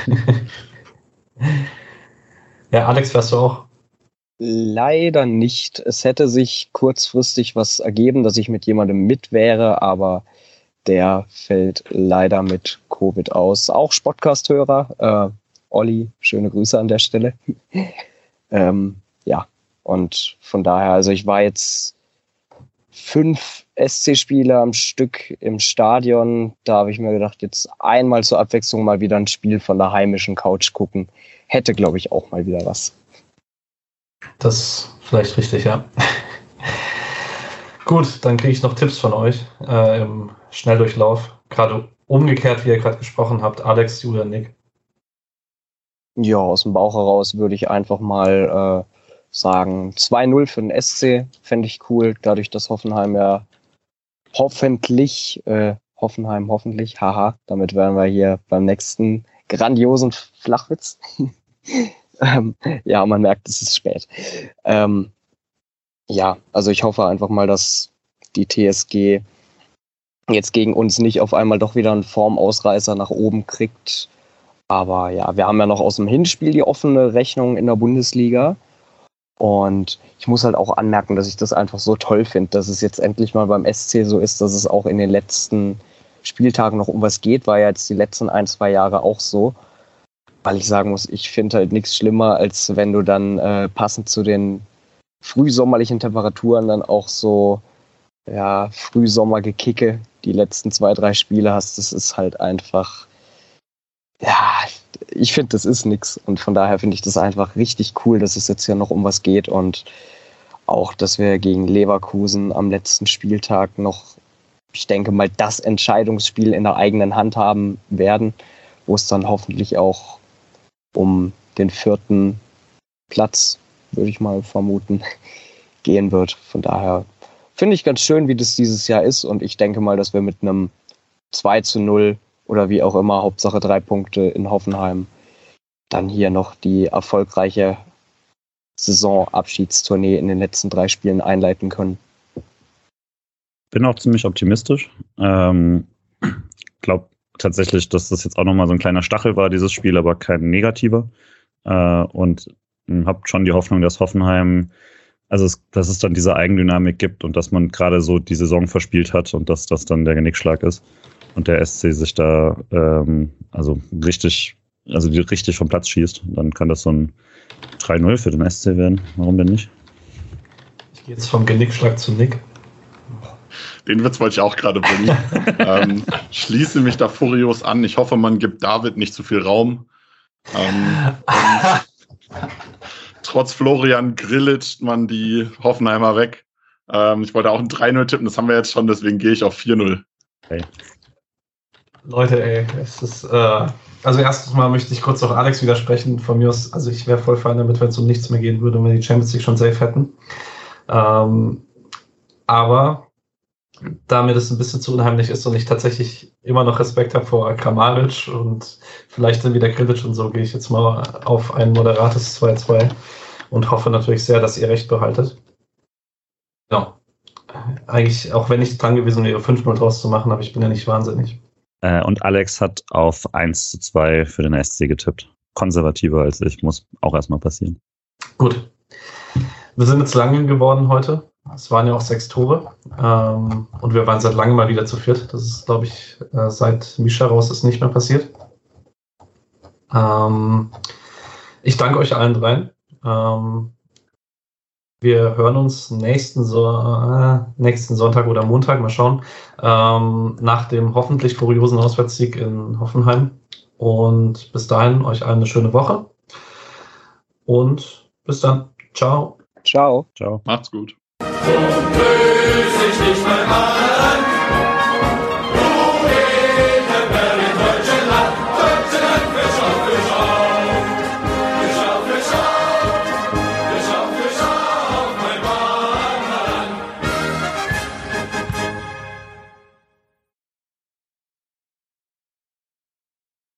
Ja, Alex, wärst du auch? Leider nicht. Es hätte sich kurzfristig was ergeben, dass ich mit jemandem mit wäre, aber der fällt leider mit Covid aus. Auch Podcast-Hörer. Olli, schöne Grüße an der Stelle. Ja, und von daher, also ich war jetzt 5 SC-Spiele am Stück im Stadion. Da habe ich mir gedacht, jetzt einmal zur Abwechslung mal wieder ein Spiel von der heimischen Couch gucken. Hätte, glaube ich, auch mal wieder was. Das ist vielleicht richtig, ja. Gut, dann kriege ich noch Tipps von euch im Schnelldurchlauf. Gerade umgekehrt, wie ihr gerade gesprochen habt. Alex, Julia, Nick. Ja, aus dem Bauch heraus würde ich einfach mal sagen, 2-0 für den SC, fände ich cool, dadurch, dass Hoffenheim ja hoffentlich, haha, damit wären wir hier beim nächsten grandiosen Flachwitz. Ja, man merkt, es ist spät. Ja, also ich hoffe einfach mal, dass die TSG jetzt gegen uns nicht auf einmal doch wieder einen Formausreißer nach oben kriegt. Aber ja, wir haben ja noch aus dem Hinspiel die offene Rechnung in der Bundesliga. Und ich muss halt auch anmerken, dass ich das einfach so toll finde, dass es jetzt endlich mal beim SC so ist, dass es auch in den letzten Spieltagen noch um was geht. War ja jetzt die letzten 1-2 Jahre auch so. Weil ich sagen muss, ich finde halt nichts schlimmer, als wenn du dann passend zu den frühsommerlichen Temperaturen dann auch so Frühsommergekicke die letzten 2-3 Spiele hast. Das ist halt einfach, ja, ich finde, das ist nix. Und von daher finde ich das einfach richtig cool, dass es jetzt ja noch um was geht. Und auch, dass wir gegen Leverkusen am letzten Spieltag noch, ich denke mal, das Entscheidungsspiel in der eigenen Hand haben werden, wo es dann hoffentlich auch um den 4. Platz, würde ich mal vermuten, gehen wird. Von daher finde ich ganz schön, wie das dieses Jahr ist. Und ich denke mal, dass wir mit einem 2-0 oder wie auch immer, Hauptsache 3 Punkte in Hoffenheim, dann hier noch die erfolgreiche Saisonabschiedstournee in den letzten 3 Spielen einleiten können. Bin auch ziemlich optimistisch. Glaube tatsächlich, dass das jetzt auch nochmal so ein kleiner Stachel war, dieses Spiel, aber kein negativer. Und habe schon die Hoffnung, dass Hoffenheim, dass es dann diese Eigendynamik gibt und dass man gerade so die Saison verspielt hat und dass das dann der Genickschlag ist. Und der SC sich da richtig vom Platz schießt, dann kann das so ein 3-0 für den SC werden. Warum denn nicht? Ich gehe jetzt vom Genickschlag zu Nick. Den Witz wollte ich auch gerade bringen. Schließe mich da furios an. Ich hoffe, man gibt David nicht zu viel Raum. Trotz Florian grillt man die Hoffenheimer weg. Ich wollte auch ein 3-0 tippen, das haben wir jetzt schon, deswegen gehe ich auf 4-0. Okay. Leute, ey, es ist, also erstens mal möchte ich kurz auch Alex widersprechen. Von mir aus, also ich wäre voll fein damit, wenn es um nichts mehr gehen würde und wir die Champions League schon safe hätten. Aber da mir das ein bisschen zu unheimlich ist und ich tatsächlich immer noch Respekt habe vor Kramaric und vielleicht dann wieder Grilic und so, gehe ich jetzt mal auf ein moderates 2-2 und hoffe natürlich sehr, dass ihr recht behaltet. Ja, eigentlich, auch wenn ich dran gewesen wäre, 5-0 draus zu machen, aber ich bin ja nicht wahnsinnig. Und Alex hat auf 1-2 für den SC getippt. Konservativer als ich, muss auch erstmal passieren. Gut. Wir sind jetzt lange geworden heute. Es waren ja auch 6 Tore. Und wir waren seit langem mal wieder zu viert. Das ist, glaube ich, seit Mischa raus ist nicht mehr passiert. Ich danke euch allen dreien. Wir hören uns nächsten Sonntag oder Montag, mal schauen, nach dem hoffentlich kuriosen Auswärtssieg in Hoffenheim. Und bis dahin euch allen eine schöne Woche. Und bis dann. Ciao. Ciao. Ciao. Macht's gut.